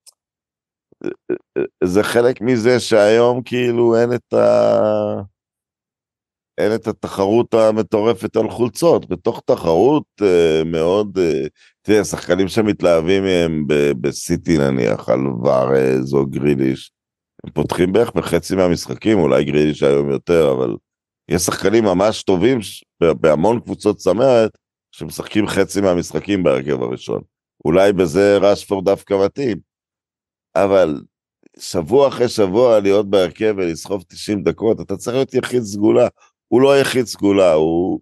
זה חלק מזה שהיום כאילו אין את ה... אין את התחרות המטורפת על חולצות, בתוך תחרות uh, מאוד, uh, תראה, שחקנים שמתלהבים מהם בסיטי נניח, על ורז או גריליש, הם פותחים בערך בחצי מהמשחקים, אולי גריליש היום יותר, אבל יש שחקנים ממש טובים, בהמון קבוצות צמרת, שמשחקים חצי מהמשחקים בהרכב הראשון. אולי בזה רשפורד דווקא מתאים, אבל שבוע אחרי שבוע להיות בהרכב ולסחוב תשעים דקות, אתה צריך להיות יחיד סגולה, הוא לא יחיד סגולה, הוא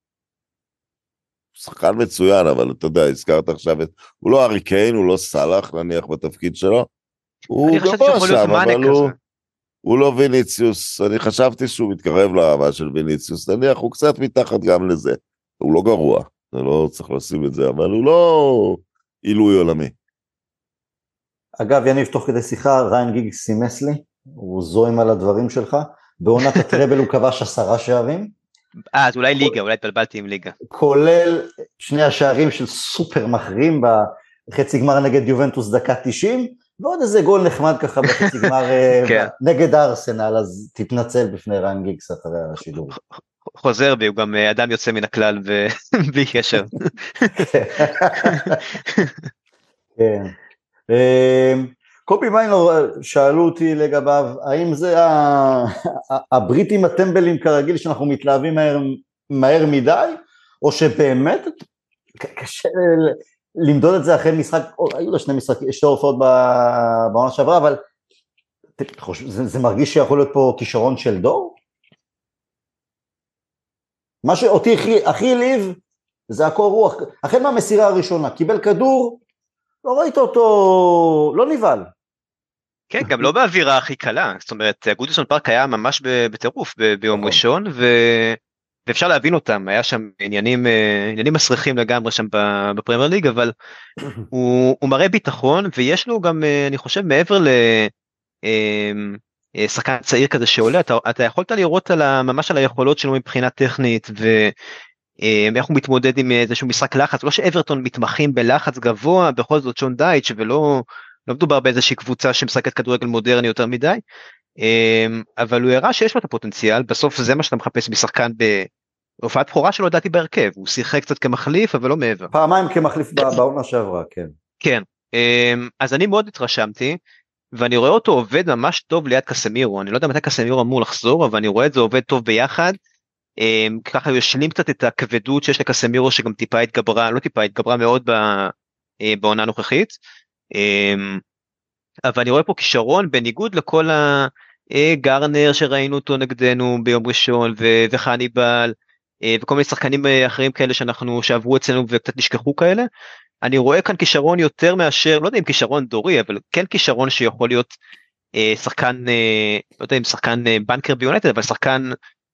שחקן מצוין, אבל אתה יודע, הזכרת עכשיו, הוא לא הארי קיין, הוא לא סלאח, נניח בתפקיד שלו, הוא גבוה שם, אבל הוא, הוא לא ויניציוס, אני חשבתי שהוא מתקרב לרמה של ויניציוס, נניח הוא קצת מתחת גם לזה, הוא לא גרוע, זה לא צריך לשים את זה, אבל הוא לא עילוי עולמי. אגב, יניב, תוך כדי שיחה, ריין גיגס סימס לי, הוא זוהם על הדברים שלך, בעונת הטראבל הוא כבש עשרה שערים. אה, אז אולי ליגה, אולי התבלבלתי עם ליגה. כולל שני השערים של סופר מחרים בחצי גמר נגד יובנטוס דקה תשעים, ועוד איזה גול נחמד ככה בחצי גמר נגד הארסנל, אז תתנצל בפני ריין גיגס אחרי השידור. חוזר בי, הוא גם אדם יוצא מן הכלל ובלי קשר. כן. קובי מיינור שאלו אותי לגביו, האם זה הבריטים הטמבלים כרגיל שאנחנו מתלהבים מהר, מהר מדי, או שבאמת קשה למדוד את זה אחרי משחק, או, היו לו שני משחקים, שתי הופעות בעונה שעברה, אבל זה, זה מרגיש שיכול להיות פה כישרון של דור? מה שאותי הכי, הכי ליב זה הקור רוח, אחרי מהמסירה הראשונה, קיבל כדור, לא ראית אותו, לא נבהל. כן, גם לא באווירה הכי קלה, זאת אומרת, גודיסון פארק היה ממש בטירוף ביום ראשון, ואפשר להבין אותם, היה שם עניינים, עניינים מסריחים לגמרי שם בפרמייר ליג, אבל הוא מראה ביטחון, ויש לו גם, אני חושב, מעבר לשחקן צעיר כזה שעולה, אתה יכולת לראות ממש על היכולות שלו מבחינה טכנית, ו... איך הוא מתמודד עם איזשהו משחק לחץ, לא שאברטון מתמחים בלחץ גבוה, בכל זאת שון דייץ' ולא לא מדובר באיזושהי קבוצה שמשחקת כדורגל מודרני יותר מדי, אבל הוא הראה שיש לו את הפוטנציאל, בסוף זה מה שאתה מחפש בשחקן בהופעת בכורה שלו, דעתי בהרכב, הוא שיחק קצת כמחליף, אבל לא מעבר. פעמיים כמחליף בעונה שעברה, כן. כן, אז אני מאוד התרשמתי, ואני רואה אותו עובד ממש טוב ליד קסמירו, אני לא יודע מתי קסמירו אמור לחזור, אבל אני רואה את זה עובד טוב ביחד, ככה הוא ישלים קצת את הכבדות שיש לקסמירו שגם טיפה התגברה, לא טיפה התגברה מאוד בעונה הנוכחית, אבל אני רואה פה כישרון בניגוד לכל הגרנר שראינו אותו נגדנו ביום ראשון וחניבל וכל מיני שחקנים אחרים כאלה שאנחנו שעברו אצלנו וקצת נשכחו כאלה, אני רואה כאן כישרון יותר מאשר, לא יודע אם כישרון דורי, אבל כן כישרון שיכול להיות שחקן, לא יודע אם שחקן בנקר ביונייטד, אבל שחקן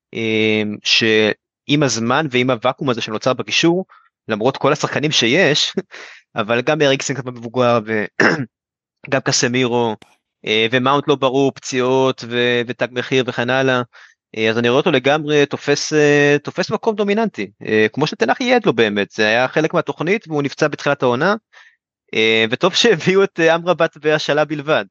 שעם הזמן ועם הוואקום הזה שנוצר בקישור, למרות כל השחקנים שיש, אבל גם אריקסן קצת מבוגר, וגם קסמירו, ומאונט לא ברור, פציעות ותג מחיר וכן הלאה, אז אני רואה אותו לגמרי תופס, תופס מקום דומיננטי, כמו שתנח ייעד לו באמת, זה היה חלק מהתוכנית, והוא נפצע בתחילת העונה, וטוב שהביאו את אמרבת והשאלה בלבד.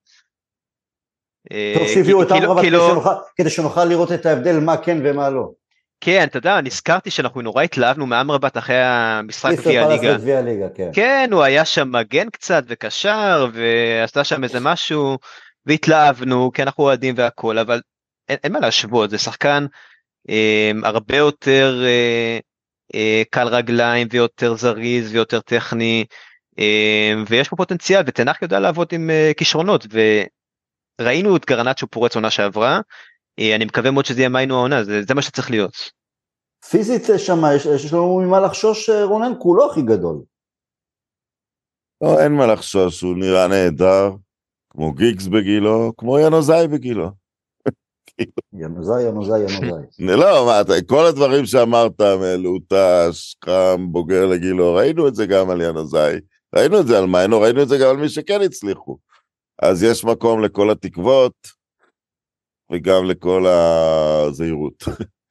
טוב שהביאו את אמרבת כדי שנוכל לראות את ההבדל מה כן ומה לא. כן, אתה יודע, נזכרתי שאנחנו נורא התלהבנו מאמרבת אחרי המשחק גביע הליגה. כן, הוא היה שם מגן קצת וקשר, ועשתה שם איזה משהו, והתלהבנו, כי אנחנו אוהדים והכל, אבל אין, אין מה להשוות, זה שחקן אה, הרבה יותר אה, אה, קל רגליים, ויותר זריז, ויותר טכני, אה, ויש פה פוטנציאל, ותנח יודע לעבוד עם אה, כישרונות, וראינו את גרנט שהוא פורץ עונה שעברה, אני מקווה מאוד שזה יהיה מיינו העונה, זה, זה מה שצריך להיות. פיזית שם, יש, יש לנו ממה לחשוש, רונן, כולו הכי גדול. לא, אין מה לחשוש, הוא נראה נהדר, כמו גיגס בגילו, כמו ינוזאי בגילו. ינוזאי, ינוזאי, ינוזאי. לא, מה, כל הדברים שאמרת, מלוטש, חם, בוגר לגילו, ראינו את זה גם על ינוזאי, ראינו את זה על מיינו, ראינו את זה גם על מי שכן הצליחו. אז יש מקום לכל התקוות, וגם לכל הזהירות.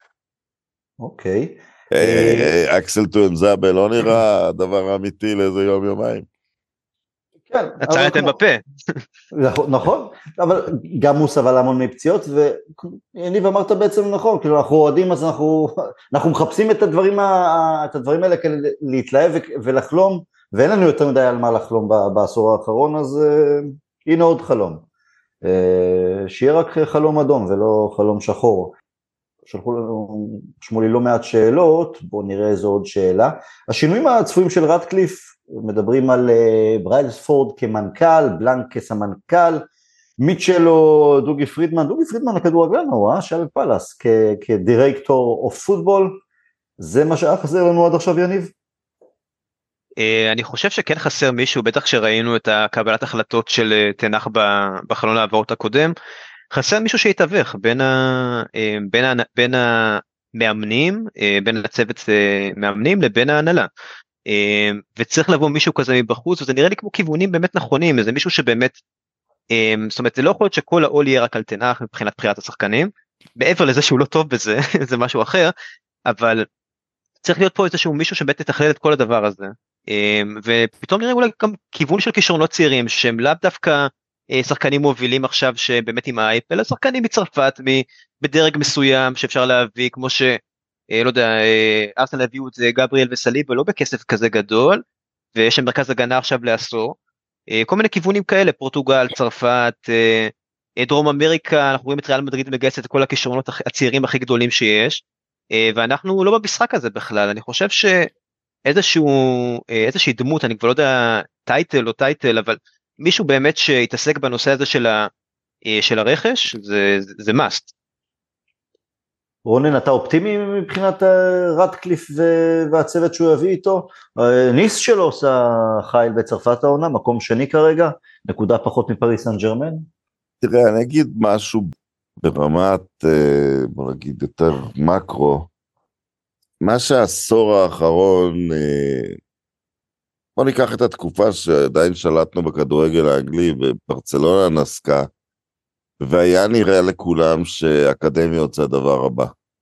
אוקיי. אקסל טואנזאבה לא נראה הדבר האמיתי לאיזה יום יומיים. כן. עצרתם בפה. נכון, אבל גם הוא סבל המון מפציעות, ואני ואמרת בעצם נכון, כאילו אנחנו אוהדים, אז אנחנו מחפשים את הדברים האלה כדי להתלהב ולחלום, ואין לנו יותר מדי על מה לחלום בעשור האחרון, אז הנה עוד חלום. שיהיה רק חלום אדום ולא חלום שחור. שלחו לנו שמולי לא מעט שאלות, בואו נראה איזו עוד שאלה. השינויים הצפויים של רטקליף, מדברים על בריילספורד כמנכ"ל, בלנק כסמנכ"ל, מיטשלו, דוגי פרידמן, דוגי פרידמן הכדורגלן, הוא אה, שהיה בפלאס, כדירקטור אוף פוטבול, זה מה שהיה חסר לנו עד עכשיו יניב? אני חושב שכן חסר מישהו, בטח שראינו את הקבלת החלטות של תנח בחלון העברות הקודם, חסר מישהו שיתווך בין, ה, בין, ה, בין המאמנים, בין הצוות מאמנים לבין ההנהלה, וצריך לבוא מישהו כזה מבחוץ, וזה נראה לי כמו כיוונים באמת נכונים, זה מישהו שבאמת, זאת אומרת זה לא יכול להיות שכל העול יהיה רק על תנח מבחינת בחירת השחקנים, מעבר לזה שהוא לא טוב בזה, זה משהו אחר, אבל צריך להיות פה איזשהו מישהו שבאמת יתכלל את כל הדבר הזה, ופתאום נראה אולי גם כיוון של כישרונות צעירים שהם לאו דווקא שחקנים מובילים עכשיו שבאמת עם האייפ, אלא שחקנים מצרפת בדרג מסוים שאפשר להביא, כמו ש לא יודע, ארסנל הביאו את זה גבריאל וסליבה לא בכסף כזה גדול, ויש שם מרכז הגנה עכשיו לעשור, כל מיני כיוונים כאלה, פורטוגל, צרפת, דרום אמריקה, אנחנו רואים את ריאל מדריד מגייסת את כל הכישרונות הצעירים הכי גדולים שיש, ואנחנו לא במשחק הזה בכלל. אני חושב שאיזשהו, איזושהי דמות, אני כבר לא יודע טייטל או טייטל, אבל מישהו באמת שיתעסק בנושא הזה של, ה, של הרכש, זה, זה must. רונן, אתה אופטימי מבחינת רטקליף והצוות שהוא יביא איתו? ניס שלו עושה חייל בצרפת העונה, מקום שני כרגע, נקודה פחות מפריס סן ז'רמן? תראה, אני אגיד משהו ברמת, בוא נגיד יותר מקרו, מה שהעשור האחרון, בוא ניקח את התקופה שעדיין שלטנו בכדורגל האנגלי, וברצלונה נסקה, והיה נראה לכולם שאקדמיות זה הדבר הבא.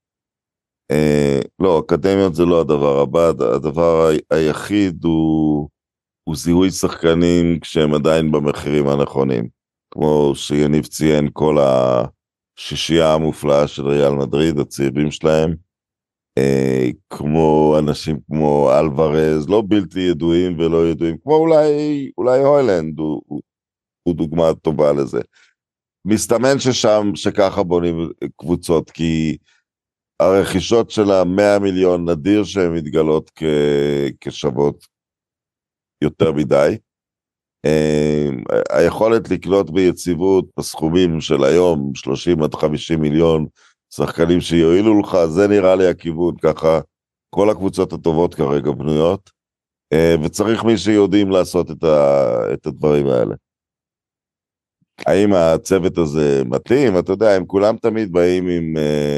לא, אקדמיות זה לא הדבר הבא, הדבר היחיד הוא, הוא זיהוי שחקנים כשהם עדיין במחירים הנכונים, כמו שיניב ציין כל השישייה המופלאה של ריאל מדריד, הצעירים שלהם, כמו אנשים כמו אלוורז, לא בלתי ידועים ולא ידועים, כמו אולי, אולי הוילנד הוא, הוא, הוא דוגמה טובה לזה. מסתמן ששם, שככה בונים קבוצות, כי הרכישות של המאה מיליון נדיר שהן מתגלות כ, כשוות יותר מדי. היכולת לקנות ביציבות בסכומים של היום, שלושים עד חמישים מיליון, שחקנים שיועילו לך, זה נראה לי הכיוון, ככה כל הקבוצות הטובות כרגע בנויות, וצריך מי שיודעים לעשות את, ה, את הדברים האלה. האם הצוות הזה מתאים? אתה יודע, הם כולם תמיד באים עם,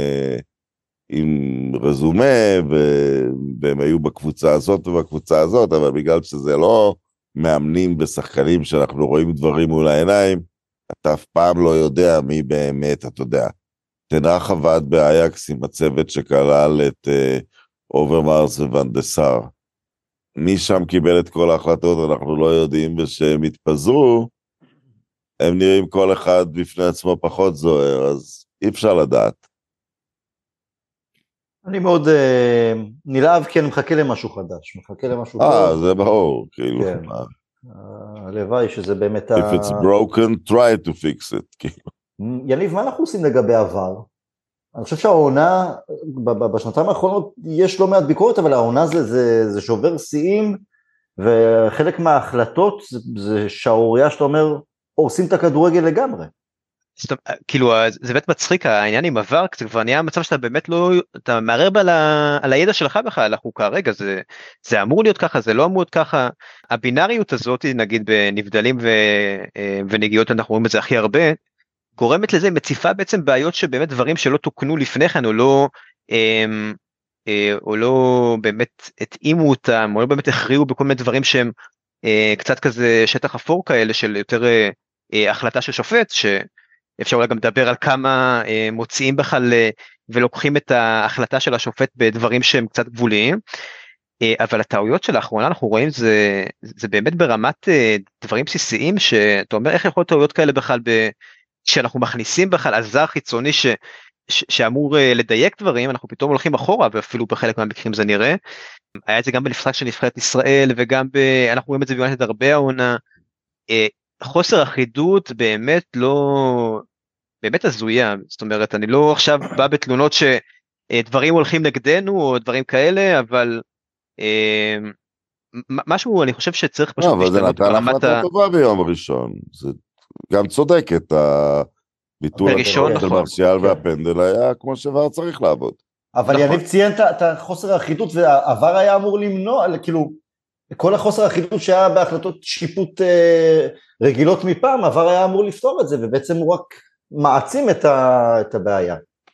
עם רזומה, והם היו בקבוצה הזאת ובקבוצה הזאת, אבל בגלל שזה לא מאמנים ושחקנים שאנחנו רואים דברים מול העיניים, אתה אף פעם לא יודע מי באמת, אתה יודע. תנח עבד באייקס עם הצוות שכלל את אוברמרס וונדסאר. מי שם קיבל את כל ההחלטות, אנחנו לא יודעים, ושהם התפזרו, הם נראים כל אחד בפני עצמו פחות זוהר, אז אי אפשר לדעת. אני מאוד אה, נלהב, כי אני מחכה למשהו חדש, מחכה למשהו טוב. אה, זה ברור, כאילו. כן. הלוואי שזה באמת... If it's broken, try to fix it. כאילו. יניב, מה אנחנו עושים לגבי עבר? אני חושב שהעונה, בשנתיים האחרונות יש לא מעט ביקורת, אבל העונה זה, זה, זה שובר שיאים, וחלק מההחלטות זה, זה שעוריה שאתה אומר, הורסים את הכדורגל לגמרי. כאילו זה באמת מצחיק העניין עם עבר, זה כבר נהיה מצב שאתה באמת לא, אתה מערב על, ה, על הידע שלך בכלל, על החוקה, רגע זה, זה אמור להיות ככה, זה לא אמור להיות ככה, הבינאריות הזאת נגיד בנבדלים ו, ונגיעות, אנחנו רואים את זה הכי הרבה, גורמת לזה, מציפה בעצם בעיות שבאמת דברים שלא תוקנו לפני כן, או לא, או לא באמת התאימו אותם, או לא באמת הכריעו בכל מיני דברים שהם קצת כזה שטח אפור כאלה, של יותר החלטה של שופט, שאפשר אולי גם לדבר על כמה מוציאים בכלל, ולוקחים את ההחלטה של השופט בדברים שהם קצת גבוליים, אבל הטעויות של האחרונה אנחנו רואים זה, זה באמת ברמת דברים בסיסיים, שאתה אומר איך יכול להיות טעויות כאלה בכלל ב... שאנחנו מכניסים בכלל עזר חיצוני ש, ש, שאמור לדייק דברים, אנחנו פתאום הולכים אחורה, ואפילו בחלק מהמקרים זה נראה. היה את זה גם בנבחרת של נבחרת ישראל, וגם ב, אנחנו רואים את זה ביונייטד הרבה העונה. חוסר אחידות באמת לא, באמת הזויה, זאת אומרת, אני לא עכשיו בא בתלונות שדברים הולכים נגדנו, או דברים כאלה, אבל משהו אני חושב שצריך פשוט להשתנות ברמת ה... אבל זה נתן החלטה טובה ביום ראשון, זה... גם צודקת, הביטול של מרסיאל והפנדל היה כמו שעבר צריך לעבוד. אבל יניב ציין את החוסר האחידות, והעבר היה אמור למנוע, כאילו, כל החוסר האחידות שהיה בהחלטות שיפוט רגילות מפעם, העבר היה אמור לפתור את זה, ובעצם הוא רק מעצים את הבעיה.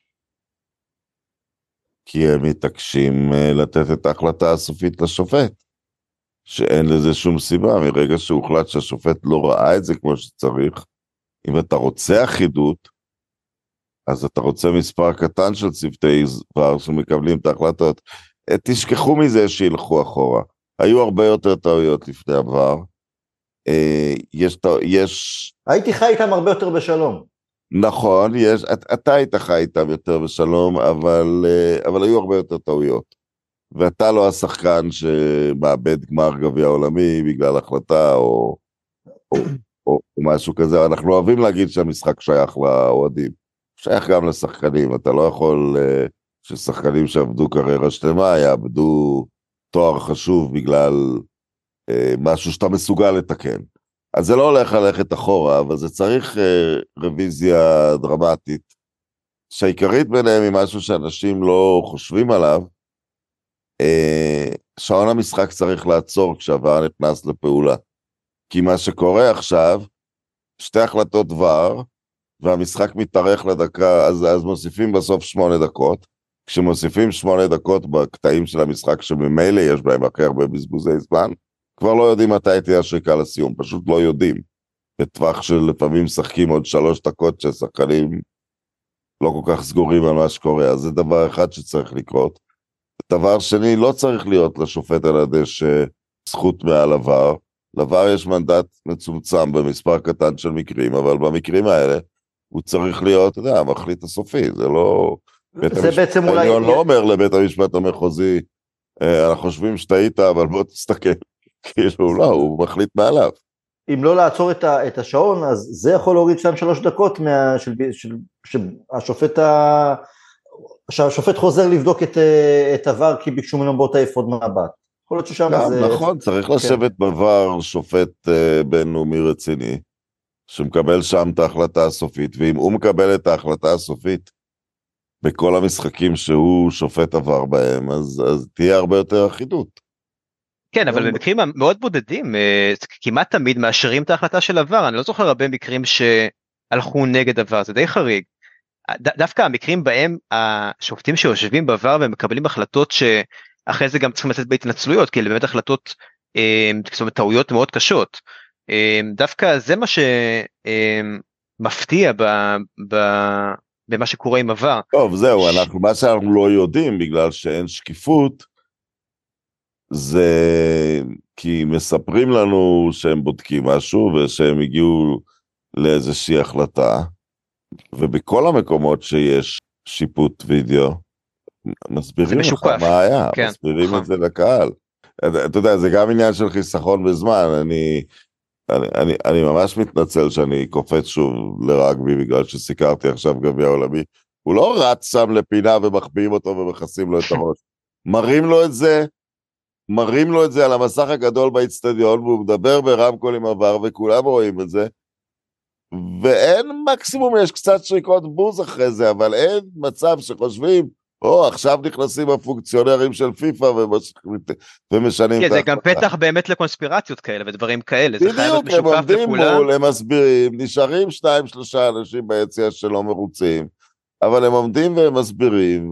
כי הם מתעקשים לתת את ההחלטה הסופית לשופט. שאין לזה שום סיבה, מרגע שהוחלט שהשופט לא ראה את זה כמו שצריך, אם אתה רוצה אחידות, אז אתה רוצה מספר קטן של צוותי עבר שמקבלים את ההחלטות, תשכחו מזה שילכו אחורה, היו הרבה יותר טעויות לפני עבר, יש, יש... הייתי חי איתם הרבה יותר בשלום. נכון, יש, אתה היית חי איתם יותר בשלום, אבל, אבל היו הרבה יותר טעויות. ואתה לא השחקן שמאבד גמר גביע עולמי בגלל החלטה או, או, או, או משהו כזה. אנחנו אוהבים להגיד שהמשחק שייך לאוהדים. שייך גם לשחקנים. אתה לא יכול uh, ששחקנים שעבדו קריירה שלמה יאבדו תואר חשוב בגלל uh, משהו שאתה מסוגל לתקן. אז זה לא הולך ללכת אחורה, אבל זה צריך uh, רוויזיה דרמטית, שהעיקרית ביניהם היא משהו שאנשים לא חושבים עליו, שעון המשחק צריך לעצור כשעבר נכנס לפעולה, כי מה שקורה עכשיו, שתי החלטות דבר, והמשחק מתארך לדקה, אז, אז מוסיפים בסוף שמונה דקות, כשמוסיפים שמונה דקות בקטעים של המשחק שממילא יש בהם הכי הרבה בזבוזי זמן, כבר לא יודעים מתי תהיה השריקה לסיום, פשוט לא יודעים, בטווח של לפעמים משחקים עוד שלוש דקות ששחקנים לא כל כך סגורים על מה שקורה, אז זה דבר אחד שצריך לקרות. דבר שני, לא צריך להיות לשופט על הדשא זכות מעל עבר, לעבר יש מנדט מצומצם במספר קטן של מקרים, אבל במקרים האלה הוא צריך להיות, אתה יודע, המחליט הסופי, זה לא... זה בעצם אולי... אני לא אומר לבית המשפט המחוזי, אנחנו חושבים שטעית, אבל בוא תסתכל, כאילו לא, הוא מחליט מעליו. אם לא לעצור את, ה, את השעון, אז זה יכול להוריד שם שלוש דקות, מה, של, של, שהשופט, ה, שהשופט חוזר לבדוק את, את עבר, כי ביקשו ממנו בוא תעיף עוד מבט. יכול להיות ששם גם, זה... נכון, צריך לשבת כן. בעבר שופט בינלאומי רציני, שמקבל שם את ההחלטה הסופית, ואם הוא מקבל את ההחלטה הסופית, בכל המשחקים שהוא שופט עבר בהם, אז, אז תהיה הרבה יותר אחידות. כן, אבל במקרים מאוד בודדים, כמעט תמיד מאשרים את ההחלטה של עבר, אני לא זוכר הרבה מקרים שהלכו נגד עבר, זה די חריג. ד- דווקא המקרים בהם השופטים שיושבים בעבר ומקבלים החלטות שאחרי זה גם צריכים לצאת בהתנצלויות, כי אלה באמת החלטות, זאת אומרת, טעויות מאוד קשות. דווקא זה מה שמפתיע ב, ב, במה שקורה עם עבר. טוב, זהו, אנחנו, מה שאנחנו לא יודעים, בגלל שאין שקיפות, זה כי מספרים לנו שהם בודקים משהו, ושהם הגיעו לאיזושהי החלטה, ובכל המקומות שיש שיפוט וידאו, מסבירים לך מה היה, כן, מסבירים נכון. את זה לקהל. אתה, אתה יודע, זה גם עניין של חיסכון בזמן, אני, אני, אני, אני ממש מתנצל שאני קופץ שוב לרגבי, בגלל שסיקרתי עכשיו גביע עולמי, הוא לא רץ שם לפינה ומחביאים אותו ומכסים לו את הראש. מראים לו את זה, מראים לו את זה על המסך הגדול באצטדיון, והוא מדבר ברמקול עם עבר, וכולם רואים את זה, ואין מקסימום, יש קצת שריקות בוז אחרי זה, אבל אין מצב שחושבים, או, עכשיו נכנסים הפונקציונרים של פיפה ומשנים את ההחלטה. זה גם פתח באמת לקונספירציות כאלה ודברים כאלה. בדיוק, הם עומדים מול, הם מסבירים, נשארים שניים, שלושה אנשים ביציאה שלא מרוצים, אבל הם עומדים והם מסבירים,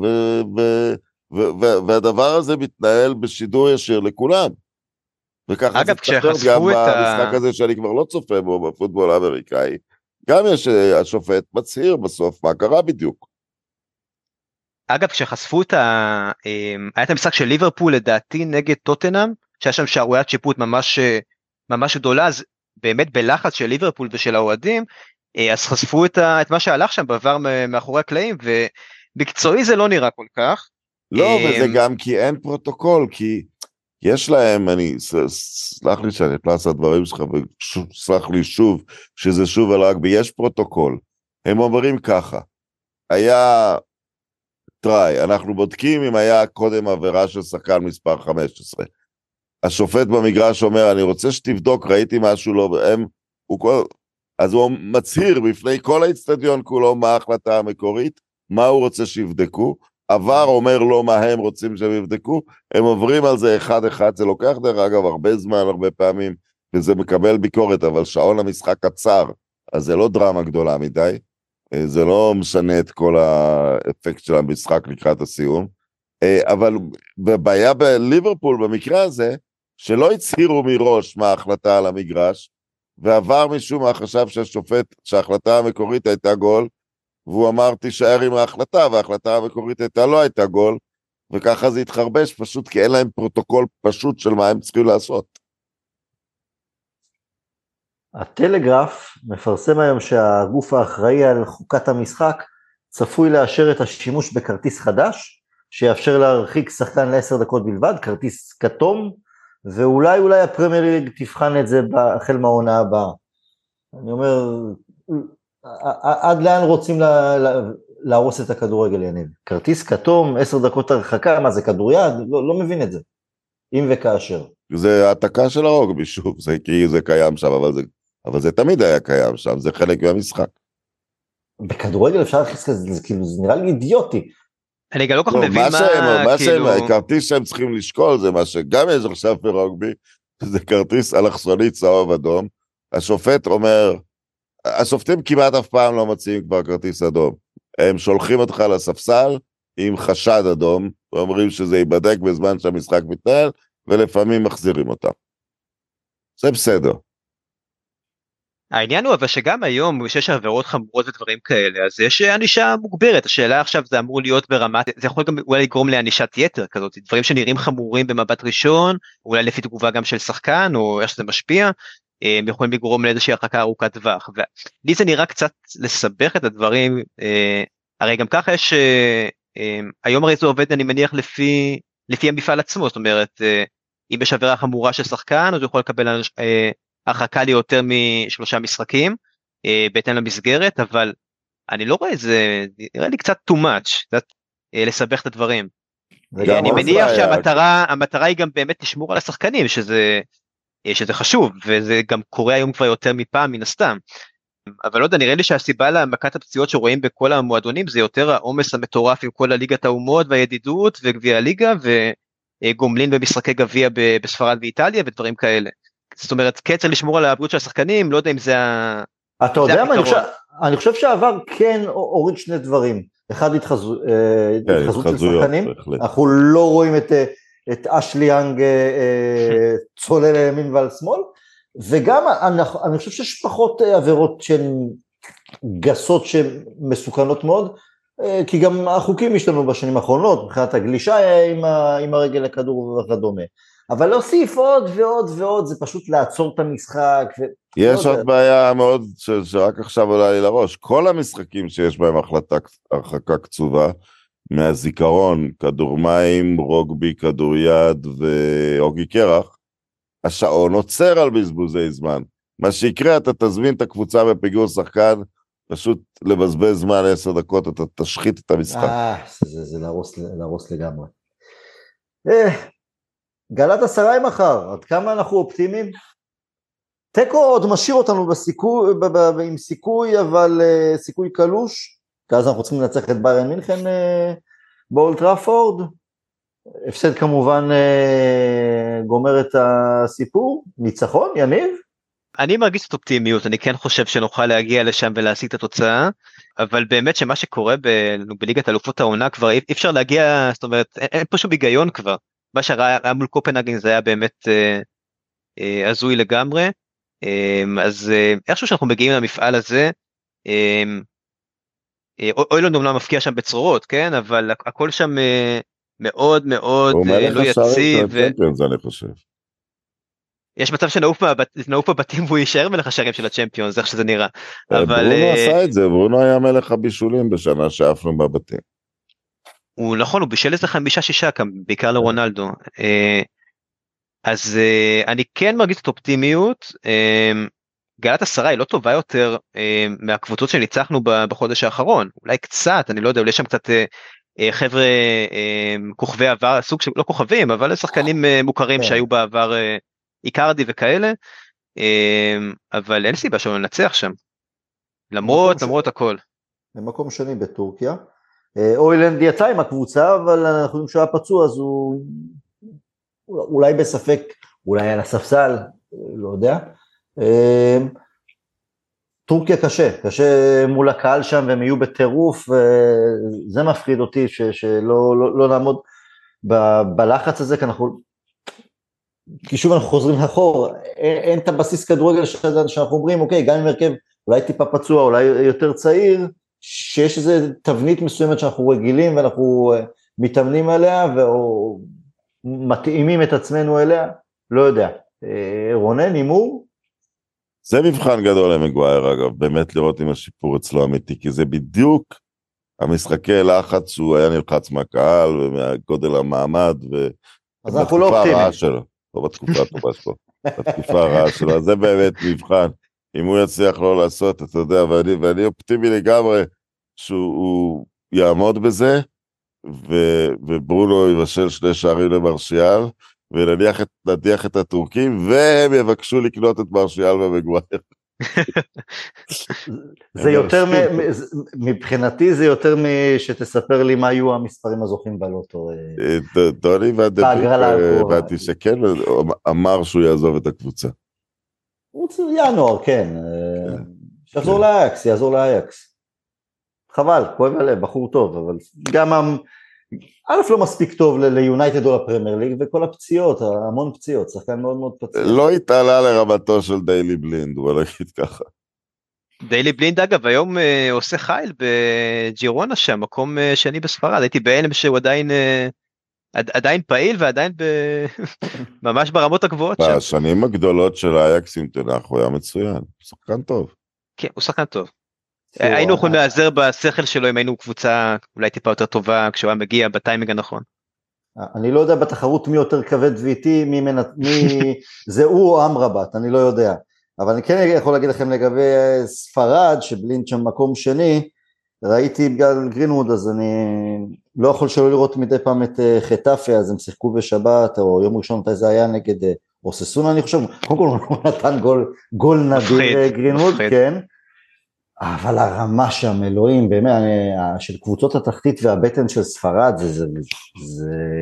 והדבר הזה מתנהל בשידור ישיר לכולם. וככה זה תחתות גם במשחק הזה שאני כבר לא צופה בו, בפוטבול האמריקאי. גם יש השופט מצהיר בסוף מה קרה בדיוק. אגב, כשחשפו את ה... היה את המשחק של ליברפול לדעתי נגד טוטנהאם, שהיה שם שערוריית שיפוט ממש, ממש גדולה, אז באמת בלחץ של ליברפול ושל האוהדים, אז חשפו את, ה... את מה שהלך שם בעבר מאחורי הקלעים, ובקצועי זה לא נראה כל כך. לא, וזה גם כי אין פרוטוקול, כי יש להם, אני, סלח לי שאני אכנס לדברים שלך, וסלח לי שוב, שזה שוב על רגבי, יש פרוטוקול. הם אומרים ככה, היה טראי, אנחנו בודקים אם היה קודם עבירה של שחקן מספר חמש עשרה. השופט במגרש אומר, אני רוצה שתבדוק, ראיתי משהו לא, הם, הוא כל, אז הוא מצהיר בפני כל האצטדיון כולו מה ההחלטה המקורית, מה הוא רוצה שיבדקו, עבר אומר לו מה הם רוצים שהם יבדקו, הם עוברים על זה אחד אחד, זה לוקח דרך אגב הרבה זמן, הרבה פעמים, וזה מקבל ביקורת, אבל שעון המשחק קצר, אז זה לא דרמה גדולה מדי, זה לא משנה את כל האפקט של המשחק לקראת הסיום, אבל בבעיה בליברפול במקרה הזה, שלא הצהירו מראש מה ההחלטה על המגרש, ועבר משום מה חשב שהשופט, שההחלטה המקורית הייתה גול, והוא אמר תישאר עם ההחלטה, וההחלטה המקורית הייתה לא הייתה גול, וככה זה התחרבש פשוט כי אין להם פרוטוקול פשוט של מה הם צריכים לעשות. הטלגרף מפרסם היום שהגוף האחראי על חוקת המשחק צפוי לאשר את השימוש בכרטיס חדש, שיאפשר להרחיק שחקן לעשר דקות בלבד, כרטיס כתום, ואולי אולי הפרמייר ליג תבחן את זה החל מהעונה הבאה. אני אומר, עד לאן רוצים לה, לה, להרוס את הכדורגל, יניב? כרטיס כתום, עשר דקות הרחקה, מה זה כדוריד? לא, לא מבין את זה. אם וכאשר. זה העתקה של הרוגבי, שוב, זה כי זה קיים שם, אבל זה, אבל זה תמיד היה קיים שם, זה חלק מהמשחק. בכדורגל אפשר להכניס כזה, זה, כאילו, זה נראה לי אידיוטי. אני גם לא כל כך מבין מה, מה, מה כאילו... שהם, כרטיס שהם צריכים לשקול, זה מה שגם יש עכשיו ברוגבי, זה כרטיס אלכסוני צהוב אדום, השופט אומר, השופטים כמעט אף פעם לא מציעים כבר כרטיס אדום, הם שולחים אותך לספסל עם חשד אדום, ואומרים שזה ייבדק בזמן שהמשחק מתנהל, ולפעמים מחזירים אותם. זה בסדר. העניין הוא אבל שגם היום שיש עבירות חמורות ודברים כאלה, אז יש ענישה מוגברת, השאלה עכשיו זה אמור להיות ברמת, זה יכול גם אולי לגרום לענישת יתר כזאת, דברים שנראים חמורים במבט ראשון, אולי לפי תגובה גם של שחקן, או איך שזה משפיע, הם יכולים לגרום לאיזושהי הרחקה ארוכת טווח, ולי זה נראה קצת לסבך את הדברים, הרי גם ככה יש, היום הרי זה עובד אני מניח לפי, לפי המפעל עצמו, זאת אומרת, אם יש עבירה חמורה של שחקן, אז הוא יכול לקבל הרחקה לי יותר משלושה משחקים, בהתאם למסגרת, אבל אני לא רואה את זה, נראה לי קצת too much, קצת לסבך את הדברים. אני מניח שהמטרה, המטרה היא גם באמת לשמור על השחקנים, שזה, שזה חשוב, וזה גם קורה היום כבר יותר מפעם מן הסתם. אבל לא יודע, נראה לי שהסיבה להעמקת הפציעות שרואים בכל המועדונים, זה יותר העומס המטורף עם כל הליגת האומות והידידות וגביע הליגה, גומלין במשחקי גביע בספרד ואיטליה ודברים כאלה. זאת אומרת, כן צריך לשמור על הבריאות של השחקנים, לא יודע אם זה הפתרון. אתה יודע מה, אני חושב, אני חושב שהעבר כן הוריד שני דברים. אחד, התחזות של שחקנים, אנחנו לא רואים את, את אשלי יאנג צולל לימין ועל שמאל, וגם אני חושב שיש פחות עבירות שהן גסות שהן מסוכנות מאוד, כי גם החוקים השתנו בשנים האחרונות, מבחינת הגלישה עם, עם הרגל לכדור וכדומה. אבל להוסיף עוד ועוד ועוד, זה פשוט לעצור את המשחק. ו... יש עוד בעיה מאוד, ש... שרק עכשיו עולה לי לראש, כל המשחקים שיש בהם החלטה, הרחקה קצובה, מהזיכרון, כדור מים, רוגבי, כדור יד והוגי קרח, השעון עוצר על בזבוזי זמן. מה שיקרה, אתה תזמין את הקבוצה בפיגור שחקן, פשוט לבזבז זמן עשר דקות, אתה תשחית את המשחק. אה, זה, זה להרוס, להרוס לגמרי. אה... גלת עשרה מחר, עד כמה אנחנו אופטימיים? תיקו עוד משאיר אותנו בסיכוי, ב- ב- עם סיכוי, אבל uh, סיכוי קלוש, כי אז אנחנו צריכים לנצח את ביירן מינכן uh, באולד טראפורד, הפסד כמובן uh, גומר את הסיפור, ניצחון, יניב? אני מרגיש את אופטימיות, אני כן חושב שנוכל להגיע לשם ולהשיג את התוצאה, אבל באמת שמה שקורה ב- בליגת אלופות העונה כבר אי אפשר להגיע, זאת אומרת, אין, אין פה שום היגיון כבר. מה שראה מול קופנהגן זה היה באמת אה, אה, הזוי לגמרי, אה, אז אה, איכשהו שאנחנו מגיעים למפעל הזה, אה, אה, אוילנד אומנם מפקיע שם בצרורות, כן, אבל הכל שם אה, מאוד מאוד אה, לא יציב. הוא מלך השערים של הצ'מפיונס, אני חושב. יש מצב שנעוף בבתים והוא יישאר מלך השערים של הצ'מפיונס, איך שזה נראה. ברונו עשה את זה, ברונו היה מלך הבישולים בשנה שאפנו בבתים. הוא נכון, הוא בישל איזה חמישה שישה, בעיקר לרונלדו. אז אני כן מרגיש את אופטימיות, גלת עשרה היא לא טובה יותר מהקבוצות שניצחנו בחודש האחרון, אולי קצת, אני לא יודע, אולי שם קצת חבר'ה כוכבי עבר, סוג של לא כוכבים, אבל שחקנים מוכרים שהיו בעבר איקרדי וכאלה, אבל אין סיבה שלא ננצח שם, למרות, למרות הכל. במקום שני בטורקיה, אוילנד יצא עם הקבוצה, אבל אנחנו יודעים שהוא היה פצוע, אז הוא אולי בספק, אולי על הספסל, לא יודע. טורקיה קשה, קשה מול הקהל שם, והם יהיו בטירוף, וזה מפחיד אותי, שלא לא, לא נעמוד בלחץ הזה, כי אנחנו, כי שוב אנחנו חוזרים אחור, אין, אין את הבסיס כדורגל שאנחנו אומרים, אוקיי, גם עם הרכב, אולי טיפה פצוע, אולי יותר צעיר, שיש איזו תבנית מסוימת שאנחנו רגילים, ואנחנו מתאמנים עליה, או מתאימים את עצמנו אליה, לא יודע. רונן, אימור? זה מבחן גדול למגווייר, אגב, באמת לראות אם השיפור אצלו אמיתי, כי זה בדיוק המשחקי לחץ שהוא היה נלחץ מהקהל, ומהגודל המעמד, ובתקופה הרעה שלו, לא בתקופה הטובה שלו, בתקופה הרעה שלו, אז זה באמת מבחן. אם הוא יצליח לא לעשות, אתה יודע, ואני, ואני אופטימי לגמרי שהוא יעמוד בזה, ו, וברונו יבשל שני שערים למרשיאל, ונניח את, נדיח את הטורקים, והם יבקשו לקנות את מרשיאל ומגווייר. זה יותר, מבחינתי זה יותר משתספר לי מה יהיו המספרים הזוכים בלוטו. טוני והבנתי שכן, אמר שהוא יעזוב את הקבוצה. הוא צריך ינואר, כן. שיחזור לאייקס, יעזור לאייקס. חבל, כואב עליהם, בחור טוב, אבל גם א' לא מספיק טוב ליונייטד או לפרמייר ליג, וכל הפציעות, המון פציעות, שחקן מאוד מאוד פציעות. לא התעלה לרמתו של דיילי בלינד, בוא נגיד ככה. דיילי בלינד אגב היום אה, עושה חייל בג'ירונה שם, מקום אה, שני בספרד, הייתי בהלם שהוא עדיין, אה, עד, עדיין פעיל ועדיין ב... ממש ברמות הגבוהות שם. בשנים הגדולות של האייקסים תנח, הוא היה מצוין, הוא שחקן טוב. כן, הוא שחקן טוב. היינו יכולים להיעזר בשכל שלו אם היינו קבוצה אולי טיפה יותר טובה כשהוא היה מגיע בטיימינג הנכון. אני לא יודע בתחרות מי יותר כבד ואיתי, מי, מי זה הוא או אמרבת, אני לא יודע. אבל אני כן יכול להגיד לכם לגבי ספרד, שבלינד שם מקום שני, ראיתי בגלל גרינווד, אז אני לא יכול שלא לראות מדי פעם את חטאפה, אז הם שיחקו בשבת, או יום ראשון, מתי זה היה נגד אוססונה, אני חושב, קודם כל הוא נתן גול, גול נדיר גרינווד, כן. אבל הרמה שם, אלוהים, באמת, של קבוצות התחתית והבטן של ספרד, זה, זה, זה,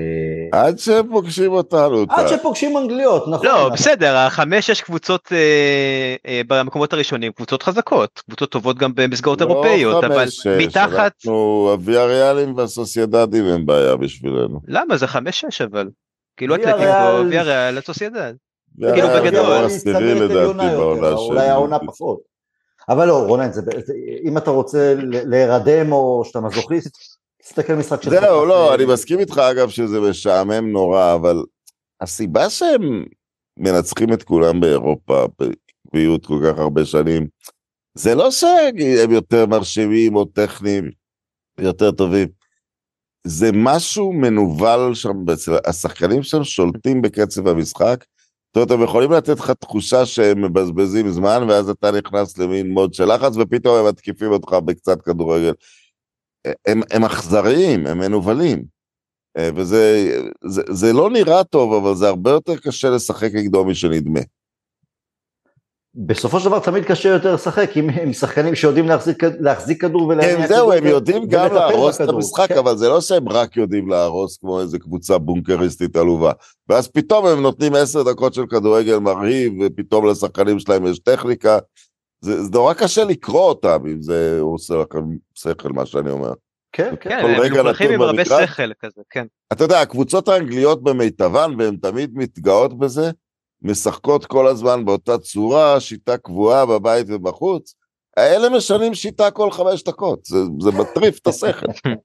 עד שהם פוגשים אותנו. עד שפוגשים אנגליות, נכון. לא, בסדר, החמש, שש קבוצות אה, אה, במקומות הראשונים, קבוצות חזקות, קבוצות טובות גם במסגרות אירופאיות, אבל מתחת... אנחנו הוויאריאלים והסוסיידדים הם בעיה בשבילנו. למה? זה חמש, שש אבל. כאילו אתלטיקו, ויאריאל, הסוסיידד. כאילו בגדול. אולי העונה פחות. אבל לא, רונן, אם אתה רוצה להירדם או שאתה מזוכיסט, תסתכל משחק שלך. זהו, לא, אני מסכים איתך אגב שזה משעמם נורא, אבל הסיבה שהם מנצחים את כולם באירופה, בקביעות כל כך הרבה שנים, זה לא שהם יותר מרשימים או טכניים, יותר טובים, זה משהו מנוול שם, השחקנים שם שולטים בקצב המשחק, זאת אומרת, הם יכולים לתת לך תחושה שהם מבזבזים זמן, ואז אתה נכנס למין מוד של לחץ, ופתאום הם מתקיפים אותך בקצת כדורגל. הם, הם אכזריים, הם מנובלים, וזה זה, זה לא נראה טוב, אבל זה הרבה יותר קשה לשחק נגדו משנדמה. בסופו של דבר תמיד קשה יותר לשחק עם, עם שחקנים שיודעים להחזיק, להחזיק כדור ולהניע כדור. זהו, הם יודעים גם להרוס בכדור. את המשחק, כן. אבל זה לא שהם רק יודעים להרוס כמו איזה קבוצה בונקריסטית עלובה. ואז פתאום הם נותנים עשר דקות של כדורגל מרהיב, ופתאום לשחקנים שלהם יש טכניקה. זה, זה נורא קשה לקרוא אותם, אם זה עושה לכם שכל מה שאני אומר. כן, כן. הם מלוכלכים עם הרבה שכל כזה, כן. אתה יודע, הקבוצות האנגליות במיטבן, והן תמיד מתגאות בזה, משחקות כל הזמן באותה צורה, שיטה קבועה בבית ובחוץ, האלה משנים שיטה כל חמש דקות, זה, זה מטריף את השכל.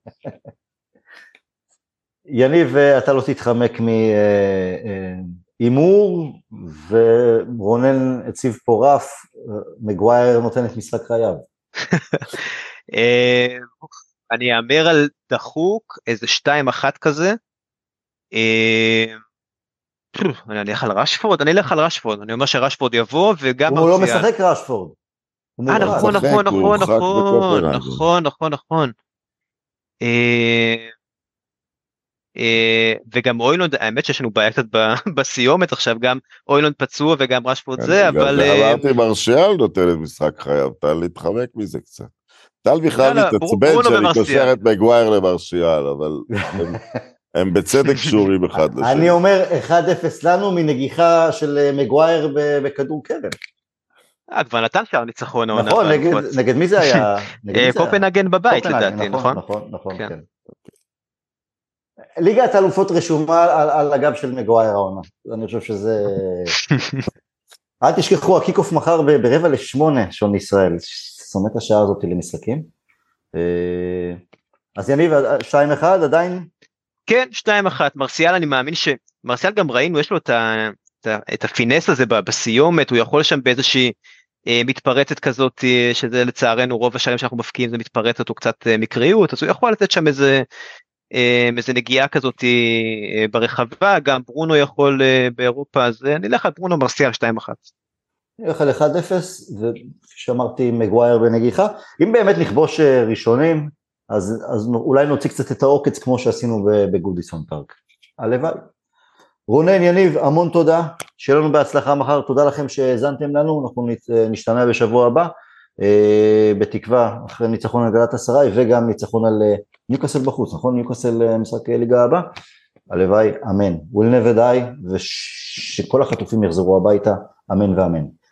יניב, אתה לא תתחמק מאימור, ורונן הציב פה רף, מגווייר נותן את משחק חייו. אני אאמר על דחוק, איזה שתיים אחת כזה, אני אלך על רשפורד, אני אלך על רשפורד, אני אומר שרשפורד יבוא וגם הוא לא משחק רשפורד. אה נכון נכון נכון נכון נכון נכון נכון וגם אוילונד, האמת שיש לנו בעיה קצת בסיומת עכשיו, גם אוילונד פצוע וגם רשפורד זה, אבל... אמרתי מרשיאל נותן את משחק חייו, טל להתחמק מזה קצת. טל בכלל מתעצבן שאני קושר את מגווייר למרשיאל, אבל... הם בצדק קשורים אחד לשני. אני אומר אחד אפס לנו מנגיחה של מגווייר בכדור קרן. אה, כבר נתן שער ניצחון העונה. נכון, נגד מי זה היה? קופנהגן בבית לדעתי, נכון? נכון, נכון, כן. ליגת האלופות רשומה על הגב של מגווייר העונה. אני חושב שזה... אל תשכחו, הקיקוף מחר ברבע לשמונה שעון ישראל. שומע את השעה הזאת למשחקים. אז יניב, שתיים אחד עדיין... כן, שתיים אחת, מרסיאל אני מאמין שמרסיאל גם ראינו, יש לו את, ה, את, ה, את הפינס הזה בסיומת, הוא יכול שם באיזושהי אה, מתפרצת כזאת, שזה לצערנו רוב השערים שאנחנו מפקיעים זה מתפרצת או קצת אה, מקריות, אז הוא יכול לתת שם איזה, אה, איזה נגיעה כזאת אה, ברחבה, גם ברונו יכול אה, באירופה, אז אני אלך על ברונו מרסיאל שתיים אחת. אני אלך על אחד אפס, ושאמרתי מגווייר בנגיחה, אם באמת נכבוש ראשונים, אז, אז אולי נוציא קצת את העוקץ כמו שעשינו בגודיסון פארק. הלוואי. רונן, יניב, המון תודה, שיהיה לנו בהצלחה מחר, תודה לכם שהזנתם לנו, אנחנו נשתמע בשבוע הבא, בתקווה אחרי ניצחון על גלת הסריי, וגם ניצחון על ניוקאסל בחוץ, נכון? ניוקאסל משחק ליגה הבא, הלוואי, אמן. We'll never die, ושכל החטופים יחזרו הביתה, אמן ואמן.